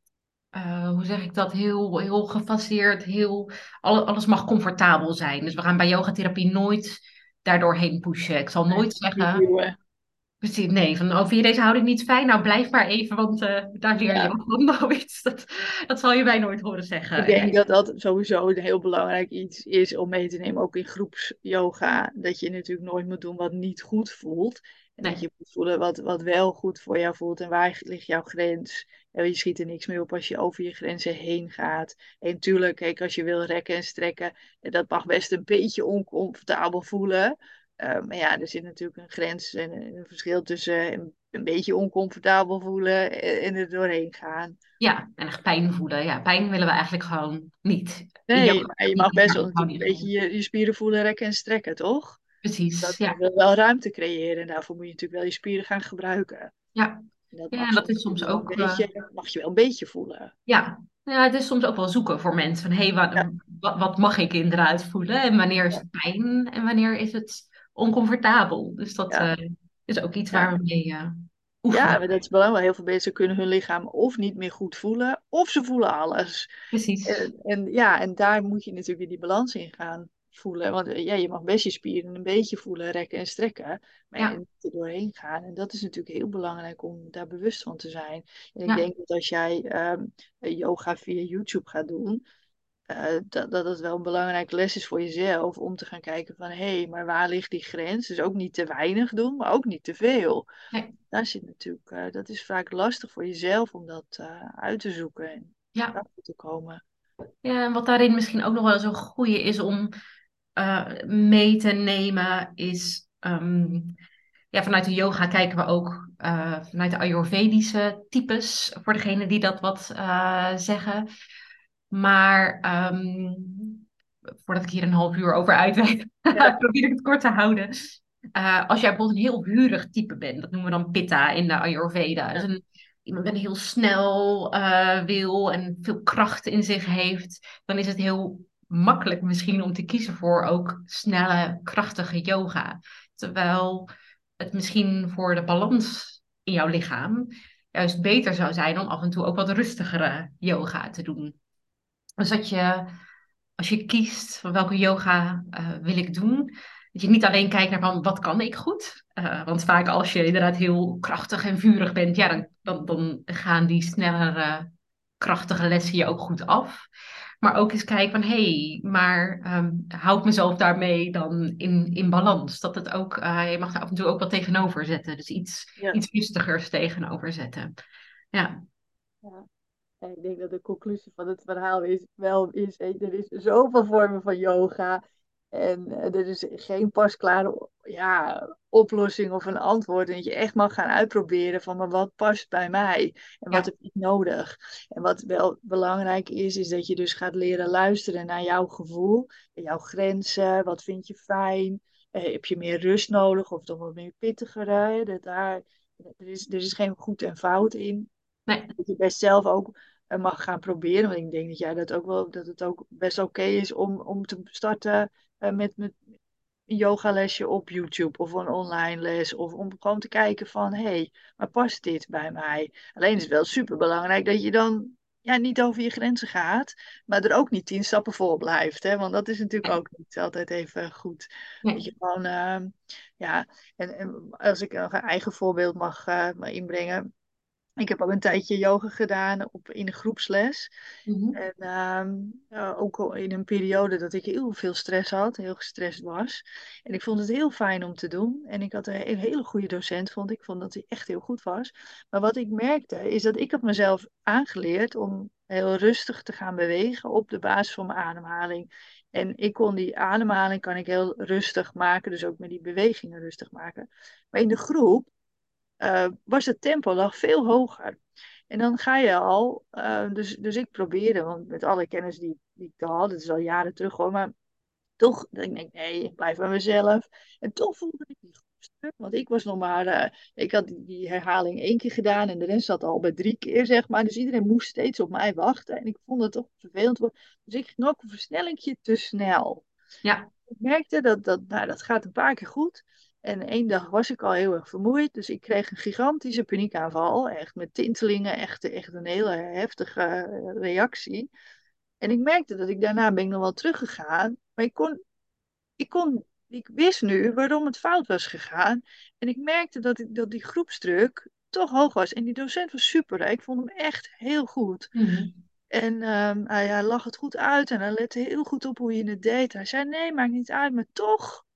eh, hoe zeg ik dat, heel, heel gefaseerd, heel, alle- alles mag comfortabel zijn. Dus we gaan bij yogatherapie nooit daardoor heen pushen. Ik zal nee, nooit niet zeggen, duwen. precies, nee, van, oh, vind je deze houding niet fijn? Nou, blijf maar even, want eh, daar leer je Ja. nog van. Nou, iets. Dat, dat zal je mij nooit horen zeggen. Ik En ja, denk dat dat sowieso een heel belangrijk iets is om mee te nemen, ook in groepsyoga. Dat je natuurlijk nooit moet doen wat niet goed voelt. En dat nee, je moet voelen wat, wat wel goed voor jou voelt en waar ligt jouw grens. En je schiet er niks mee op als je over je grenzen heen gaat. En natuurlijk, kijk, als je wil rekken en strekken, eh, dat mag best een beetje oncomfortabel voelen. Eh, maar ja, er zit natuurlijk een grens en een een verschil tussen een, een beetje oncomfortabel voelen en, en er doorheen gaan. ja, en echt pijn voelen. Ja, pijn willen we eigenlijk gewoon niet. In Nee, yoga maar je niet mag best meer wel die natuurlijk een houding beetje gewoon. je, je spieren voelen, rekken en strekken, toch? Precies, Dat ja. je wil wel ruimte creëren en daarvoor moet je natuurlijk wel je spieren gaan gebruiken. Ja, En dat ja mag en dat soms is natuurlijk soms wel een ook, eh, beetje, mag je wel een beetje voelen. ja. Ja, het is soms ook wel zoeken voor mensen. Van, hé, wat, Ja, wat, wat mag ik inderdaad voelen? En wanneer is ja, het pijn? En wanneer is het oncomfortabel? Dus dat ja. eh, is ook iets Ja, waar we mee eh, ja, oefenen. maar dat is belangrijk. Heel veel mensen kunnen hun lichaam of niet meer goed voelen, of ze voelen alles. Precies. En, en ja, en daar moet je natuurlijk in die balans in gaan voelen. Want eh, ja, je mag best je spieren een beetje voelen, rekken en strekken, maar ja, Ja, niet er doorheen gaan. En dat is natuurlijk heel belangrijk om daar bewust van te zijn. En ik ja, denk dat als jij ehm, yoga via YouTube gaat doen, eh, dat, dat het wel een belangrijke les is voor jezelf om te gaan kijken van hé, hey, maar waar ligt die grens? Dus ook niet te weinig doen, maar ook niet te veel. nee, Daar zit natuurlijk, eh, dat is vaak lastig voor jezelf om dat eh, uit te zoeken en ja. erachter te komen. Ja, en wat daarin misschien ook nog wel zo'n goede is om eh, mee te nemen, is ehm, ja, vanuit de yoga kijken we ook eh, vanuit de Ayurvedische types, voor degene die dat wat eh, zeggen. Maar ehm, voordat ik hier een half uur over uitweid, Ja, probeer ik het kort te houden. Eh, als jij bijvoorbeeld een heel vurig type bent, dat noemen we dan Pitta in de Ayurveda. Dus ja, een, iemand die heel snel eh, wil en veel kracht in zich heeft, dan is het heel makkelijk misschien om te kiezen voor ook snelle, krachtige yoga. Terwijl het misschien voor de balans in jouw lichaam juist beter zou zijn om af en toe ook wat rustigere yoga te doen. Dus dat je, als je kiest van welke yoga eh, wil ik doen, dat je niet alleen kijkt naar van wat kan ik goed. Eh, want vaak als je inderdaad heel krachtig en vurig bent, ja, dan, dan, dan gaan die snellere, krachtige lessen je ook goed af. Maar ook eens kijken van, hé, hey, maar ehm hou ik mezelf daarmee dan in, in balans? Dat het ook, eh, je mag er af en toe ook wat tegenover zetten. Dus iets, ja. iets rustigers tegenover zetten. Ja, Ja. En ik denk dat de conclusie van het verhaal is, wel is, hé, er is zoveel vormen van yoga. En eh, er is geen pasklare ja, oplossing of een antwoord. En dat je echt mag gaan uitproberen van maar wat past bij mij en wat ja, heb ik nodig. En wat wel belangrijk is, is dat je dus gaat leren luisteren naar jouw gevoel, jouw grenzen. Wat vind je fijn? Eh, heb je meer rust nodig of toch wat meer pittiger? Hè? Dat daar, er is, er is geen goed en fout in. nee, Dat je best zelf ook eh, mag gaan proberen. Want ik denk dat jij dat ook wel, dat het ook best oké is om, om te starten eh, met, met een yogalesje op YouTube of een online les. Of om gewoon te kijken van, hé, hey, maar past dit bij mij? Alleen is het wel super belangrijk dat je dan ja, niet over je grenzen gaat, maar er ook niet tien stappen voor blijft. Hè? Want dat is natuurlijk nee, ook niet altijd even goed. Dat nee. je gewoon, ehm, ja, en, en als ik nog een eigen voorbeeld mag, eh, mag inbrengen. Ik heb ook een tijdje yoga gedaan op, in een groepsles. Mhm. En ehm, ja, ook al in een periode dat ik heel veel stress had, heel gestrest was. En ik vond het heel fijn om te doen. En ik had een, een hele goede docent, vond ik. Ik vond dat hij echt heel goed was. Maar wat ik merkte, is dat ik had mezelf aangeleerd om heel rustig te gaan bewegen op de basis van mijn ademhaling. En ik kon die ademhaling kan ik heel rustig maken, dus ook met die bewegingen rustig maken. Maar in de groep uh, was het tempo lag veel hoger. En dan ga je al, uh, dus, dus ik probeerde, want met alle kennis die, die ik had, het is al jaren terug hoor, maar toch, denk ik, nee, ik blijf bij mezelf. En toch voelde ik die groepsdruk, want ik was nog maar, uh, ik had die, die herhaling één keer gedaan en de rest zat al bij drie keer, zeg maar. Dus iedereen moest steeds op mij wachten en ik vond het toch vervelend worden. Dus ik ging ook een versnellingje te snel. Ja. Ik merkte dat, dat, nou, dat gaat een paar keer goed. En één dag was ik al heel erg vermoeid, dus ik kreeg een gigantische paniekaanval. Echt met tintelingen, echt, echt een hele heftige uh, reactie. En ik merkte dat ik daarna ben ik nog wel teruggegaan. Maar ik kon, ik kon, ik wist nu waarom het fout was gegaan. En ik merkte dat, ik, dat die groepsdruk toch hoog was. En die docent was super. Hè. Ik vond hem echt heel goed. Mhm. En ehm, hij, hij lag het goed uit en hij lette heel goed op hoe je het deed. Hij zei, nee, maakt niet uit. Maar toch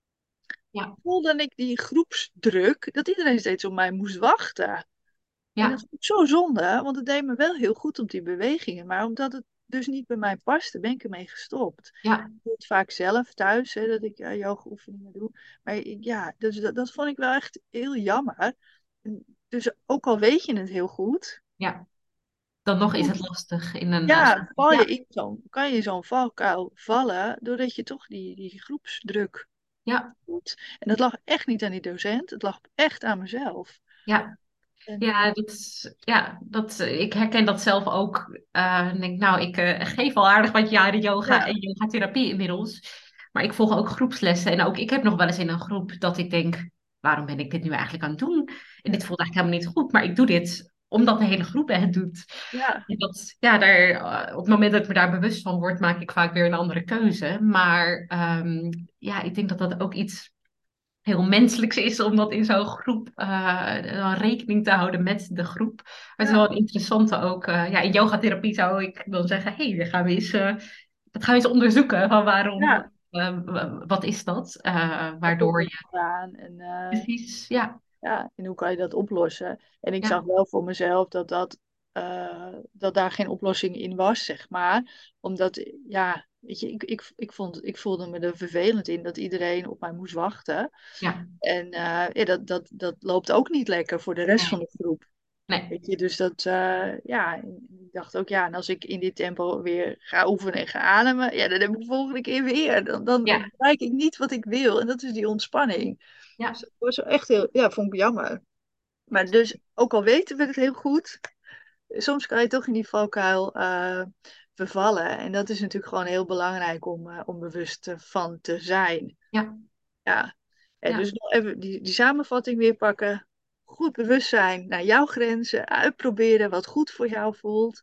Ja. voelde ik die groepsdruk, dat iedereen steeds op mij moest wachten. En dat Ja. vond ik zo zonde, want het deed me wel heel goed op die bewegingen. Maar omdat het dus niet bij mij paste, ben ik ermee gestopt. Ja. Ik doe het vaak zelf thuis, hè, dat ik uh, yoga-oefeningen doe. Maar ik- ja, dus dat, dat vond ik wel echt heel jammer. En dus ook al weet je het heel goed, Ja. Dan nog is het lastig in een... eh, ja, val je ja. in zo'n, kan je in zo'n valkuil vallen, doordat je toch die, die groepsdruk Ja. doet. En dat lag echt niet aan die docent, het lag echt aan mezelf. Ja. En, eh, Ja, dat, is- ja dat, ik herken dat zelf ook. Eh, ik denk, nou, ik eh, geef al aardig wat jaren yoga ja, en yogatherapie inmiddels. Maar ik volg ook groepslessen. En ook ik heb nog wel eens in een groep dat ik denk, waarom ben ik dit nu eigenlijk aan het doen? En dit voelt eigenlijk helemaal niet goed. Maar ik doe dit omdat de hele groep het doet. ja, En dat, ja, daar, eh, op het moment dat ik me daar bewust van word, maak ik vaak weer een andere keuze. Maar ehm, ja, ik denk dat dat ook iets heel menselijks is om dat in zo'n groep eh, dan rekening te houden met de groep. Maar het is ja, wel een interessante ook. eh, ja, in yogatherapie zou ik dan zeggen, hé, hey, dan gaan we eens, eh, dat gaan we eens onderzoeken van waarom, ja. eh, w- wat is dat? Eh, Waar komt waardoor het je vandaan? En eh, precies, ja, ja, en hoe kan je dat oplossen? En ik zag ja, wel voor mezelf dat, dat, eh, dat daar geen oplossing in was, zeg maar. Omdat, ja, weet je, ik, ik, ik, vond, ik voelde me er vervelend in dat iedereen op mij moest wachten. ja, En eh, ja, dat, dat, dat loopt ook niet lekker voor de rest van nee, de groep. nee, Weet je, dus dat, eh, ja, ik dacht ook, ja, en als ik in dit tempo weer ga oefenen en ga ademen, ja, dan heb ik de volgende keer weer. Dan, dan ja, bereik ik niet wat ik wil. En dat is die ontspanning. Dus ja, dat was echt heel, ja, vond ik jammer. Maar dus, ook al weten we het heel goed, soms kan je toch in die valkuil eh, vervallen. En dat is natuurlijk gewoon heel belangrijk om, eh, om bewust eh, van te zijn. ja, Ja. En ja, dus nog even die, die samenvatting weer pakken. Goed bewust zijn naar jouw grenzen. Uitproberen wat goed voor jou voelt.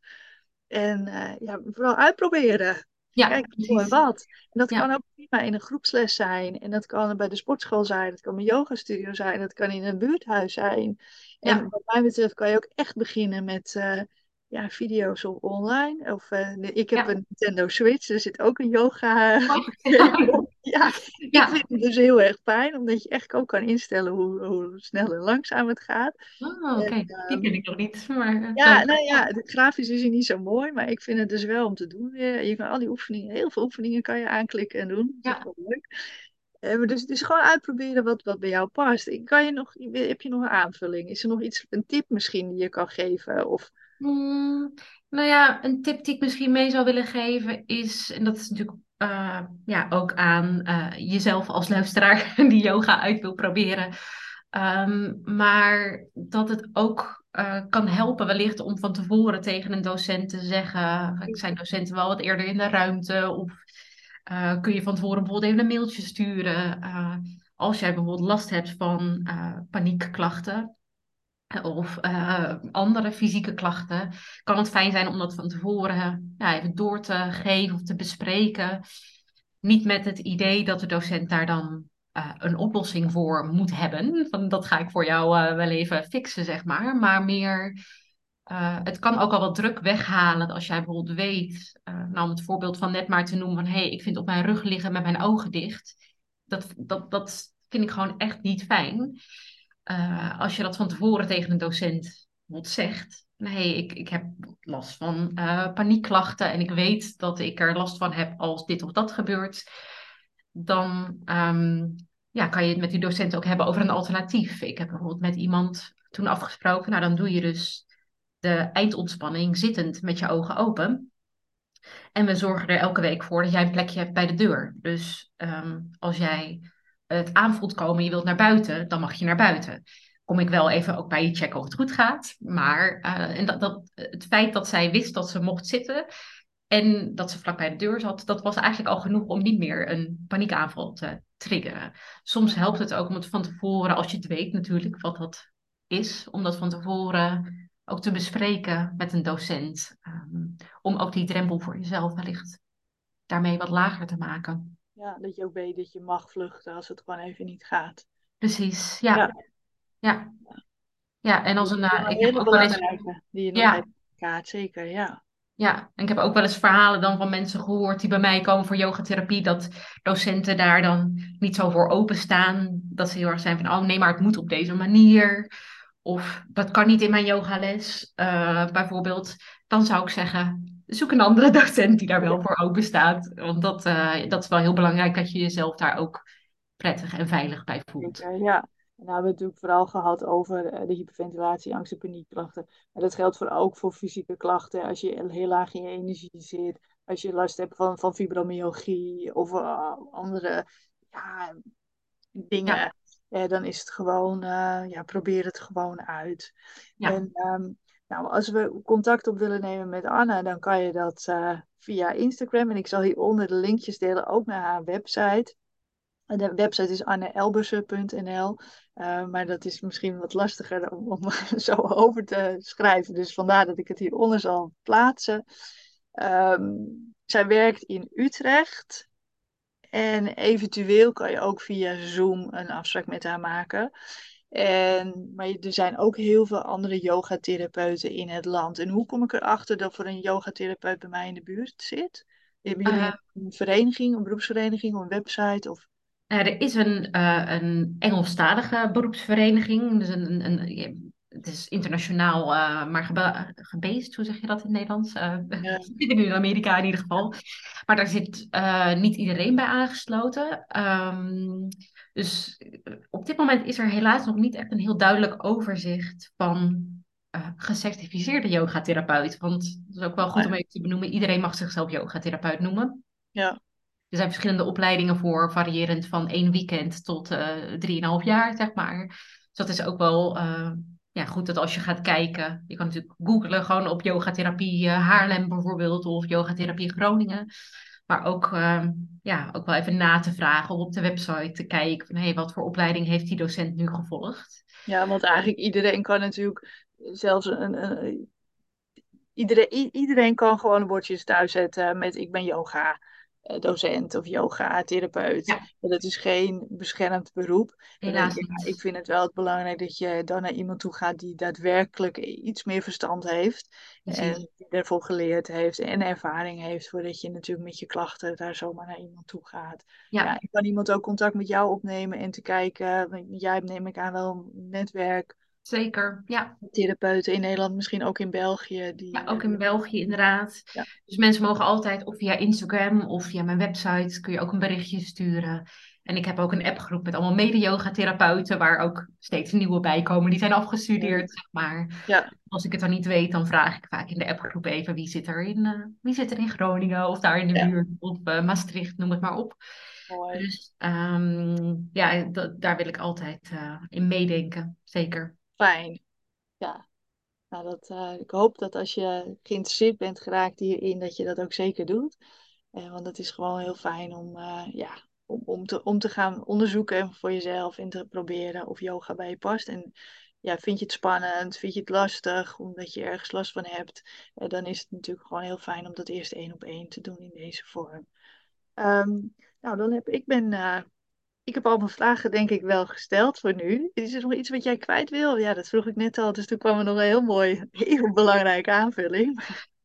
En eh, ja, vooral uitproberen. ja, Kijk, hoe en precies, wat. En dat kan ja, ook prima in een groepsles zijn. En dat kan bij de sportschool zijn. Dat kan een yogastudio zijn. Dat kan in een buurthuis zijn. En ja, wat mij betreft kan je ook echt beginnen met eh, ja, video's op online. Of eh, ik heb ja. een Nintendo Switch. Er zit ook een yoga Oh, game op. Ja, ik vind ja. het dus heel erg fijn. Omdat je echt ook kan instellen hoe, hoe snel en langzaam het gaat. Oh, En, oké, die ehm, ken ik nog niet, maar eh, ja, leuk. nou ja, Ja, de grafisch is hij niet zo mooi, maar ik vind het dus wel om te doen weer. Je kan al die oefeningen, heel veel oefeningen kan je aanklikken en doen. Dat is echt ja. wel leuk. Eh, maar dus, dus gewoon uitproberen wat, wat bij jou past. Ik- Kan je nog, heb je nog een aanvulling? Is er nog iets, een tip misschien die je kan geven? Of, Hmm, nou ja, een tip die ik misschien mee zou willen geven is, en dat is natuurlijk eh, ja, ook aan eh, jezelf als luisteraar die yoga uit wil proberen, Ehm, maar dat het ook eh, kan helpen wellicht om van tevoren tegen een docent te zeggen, ik zijn docenten wel wat eerder in de ruimte, of eh, kun je van tevoren bijvoorbeeld even een mailtje sturen eh, als jij bijvoorbeeld last hebt van eh, paniekklachten of eh, andere fysieke klachten, kan het fijn zijn om dat van tevoren ja, even door te geven of te bespreken. Niet met het idee dat de docent daar dan eh, een oplossing voor moet hebben. Van dat ga ik voor jou eh, wel even fixen, zeg maar. Maar meer, eh, het kan ook al wat druk weghalen als jij bijvoorbeeld weet, eh, nou om het voorbeeld van net maar te noemen, van hé, hey, ik vind op mijn rug liggen met mijn ogen dicht. Dat, dat, dat vind ik gewoon echt niet fijn. Eh, als je dat van tevoren tegen een docent bijvoorbeeld zegt, nee, ik, ik heb last van eh, paniekklachten en ik weet dat ik er last van heb als dit of dat gebeurt, dan ehm, ja, kan je het met die docent ook hebben over een alternatief. Ik heb bijvoorbeeld met iemand toen afgesproken, nou dan doe je dus de eindontspanning zittend met je ogen open. En we zorgen er elke week voor dat jij een plekje hebt bij de deur. Dus ehm, als jij het aanvoelt komen en je wilt naar buiten, dan mag je naar buiten. Kom ik wel even ook bij je checken of het goed gaat. Maar eh, en dat, dat, het feit dat zij wist dat ze mocht zitten en dat ze vlak bij de deur zat, dat was eigenlijk al genoeg om niet meer een paniekaanval te triggeren. Soms helpt het ook om het van tevoren, als je het weet natuurlijk wat dat is, om dat van tevoren ook te bespreken met een docent. Ehm, om ook die drempel voor jezelf wellicht daarmee wat lager te maken. Ja, dat je ook weet dat je mag vluchten als het gewoon even niet gaat. Precies, Ja, ja, ja, ja. En als dat een, is wel eh, een ik heb hele ook wel eens, belangrijke die je nog ja, even kaart, zeker, ja. ja. En ik heb ook wel eens verhalen dan van mensen gehoord die bij mij komen voor yogatherapie, dat docenten daar dan niet zo voor openstaan. Dat ze heel erg zijn van, oh nee, maar het moet op deze manier. Of dat kan niet in mijn yogales, eh, bijvoorbeeld. Dan zou ik zeggen, zoek een andere docent die daar wel voor open staat. Want dat, eh, dat is wel heel belangrijk dat je jezelf daar ook prettig en veilig bij voelt. Zeker, ja. En dan hebben we het natuurlijk vooral gehad over eh, de hyperventilatie, angst en paniekklachten. Maar dat geldt voor, ook voor fysieke klachten. Als je heel laag in je energie zit, als je last hebt van, van fibromyalgie of eh, andere ja, Ja, dingen, eh, dan is het gewoon, eh, ja, probeer het gewoon uit. ja. En ehm, nou, als we contact op willen nemen met Anna, dan kan je dat eh, via Instagram. En ik zal hieronder de linkjes delen, ook naar haar website. En de website is anneelbersen punt n l. Uh, maar dat is misschien wat lastiger om, om zo over te schrijven. Dus vandaar dat ik het hieronder zal plaatsen. Um, zij werkt in Utrecht. En eventueel kan je ook via Zoom een afspraak met haar maken. En, maar er zijn ook heel veel andere yogatherapeuten in het land. En hoe kom ik erachter dat er een yogatherapeut bij mij in de buurt zit? Hebben Eh, jullie een vereniging, een beroepsvereniging, of een website? Of... er is een, eh, een Engelstalige beroepsvereniging. Dus een, een, een- ja, het is internationaal, eh, maar gebe gebeest, hoe zeg je dat in het Nederlands? Eh Ja, ik zit nu in Amerika in ieder geval. Maar daar zit eh, niet iedereen bij aangesloten. Ehm, dus eh, op dit moment is er helaas nog niet echt een heel duidelijk overzicht van eh, gecertificeerde yogatherapeut. Want het is ook wel goed om even te benoemen, iedereen mag zichzelf yogatherapeut noemen. ja, Er zijn verschillende opleidingen voor, variërend van één weekend tot uh, drieënhalf jaar, zeg maar. Dus dat is ook wel uh, ja, goed dat als je gaat kijken. Je kan natuurlijk googlen gewoon op yogatherapie uh, Haarlem bijvoorbeeld of yogatherapie Groningen. Maar ook, uh, ja, ook wel even na te vragen of op de website te kijken van hey, wat voor opleiding heeft die docent nu gevolgd? ja, want eigenlijk iedereen kan natuurlijk zelfs een, een, iedereen, i- iedereen kan gewoon bordjes thuis zetten met ik ben yoga eh, docent of yoga therapeut. Ja, En dat is geen beschermd beroep. Alleen, helaas ja, ik niet. vind het wel belangrijk dat je dan naar iemand toe gaat die daadwerkelijk iets meer verstand heeft. Precies. En die ervoor geleerd heeft en ervaring heeft, voordat je natuurlijk met je klachten daar zomaar naar iemand toe gaat. Ja, Ja, en kan iemand ook contact met jou opnemen en te kijken, want jij hebt neem ik aan wel een netwerk zeker. Ja. therapeuten in Nederland, misschien ook in België, Ja, die, ook eh, in België inderdaad. ja, Dus mensen mogen altijd of via Instagram of via mijn website kun je ook een berichtje sturen. En ik heb ook een appgroep met allemaal mede-yoga-therapeuten waar ook steeds nieuwe bij komen. Die zijn afgestudeerd, leuk. zeg maar. Ja, Als ik het dan niet weet, dan vraag ik vaak in de appgroep even wie zit er in, eh, wie zit er in Groningen of daar in de ja, buurt of eh, Maastricht, noem het maar op. mooi. Dus ehm, ja, dat, daar wil ik altijd eh, in meedenken, zeker. Fijn. Ja, nou dat, eh, ik hoop dat als je geïnteresseerd bent geraakt hierin, dat je dat ook zeker doet. Eh, want het is gewoon heel fijn om, eh, ja, om, om, te, om te gaan onderzoeken voor jezelf en te proberen of yoga bij je past. En ja, vind je het spannend, vind je het lastig, omdat je ergens last van hebt, eh, dan is het natuurlijk gewoon heel fijn om dat eerst één op één te doen in deze vorm. Ehm, nou, dan heb ik ben eh, Ik heb al mijn vragen denk ik wel gesteld voor nu. Is er nog iets wat jij kwijt wil? Ja, dat vroeg ik net al, dus toen kwam er nog een heel mooi, heel belangrijke aanvulling.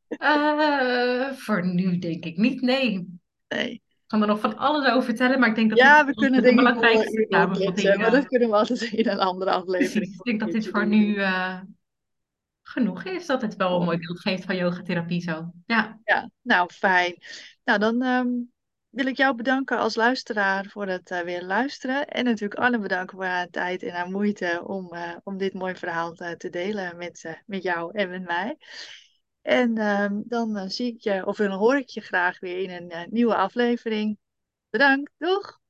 Eh, voor nu denk ik niet, nee. Ik Nee. kan er nog van alles over vertellen, maar ik denk dat Ja, dit we kunnen de denk ik nog wel een belangrijkste uur doorkletsen, samenvatting maar uh, dat kunnen we altijd in een andere aflevering precies. Ik nog denk een dat dit keertje voor doen. nu uh, genoeg is. Dat het wel een mooi Mooi. beeld geeft van yogatherapie zo. Ja, Ja, nou fijn. Nou, dan ehm, wil ik jou bedanken als luisteraar voor het eh, weer luisteren. En natuurlijk Anne bedanken voor haar tijd en haar moeite om, eh, om dit mooie verhaal te, te delen met, eh, met jou en met mij. En ehm, dan eh, zie ik je, of dan hoor ik je graag weer in een eh, nieuwe aflevering. Bedankt, doeg!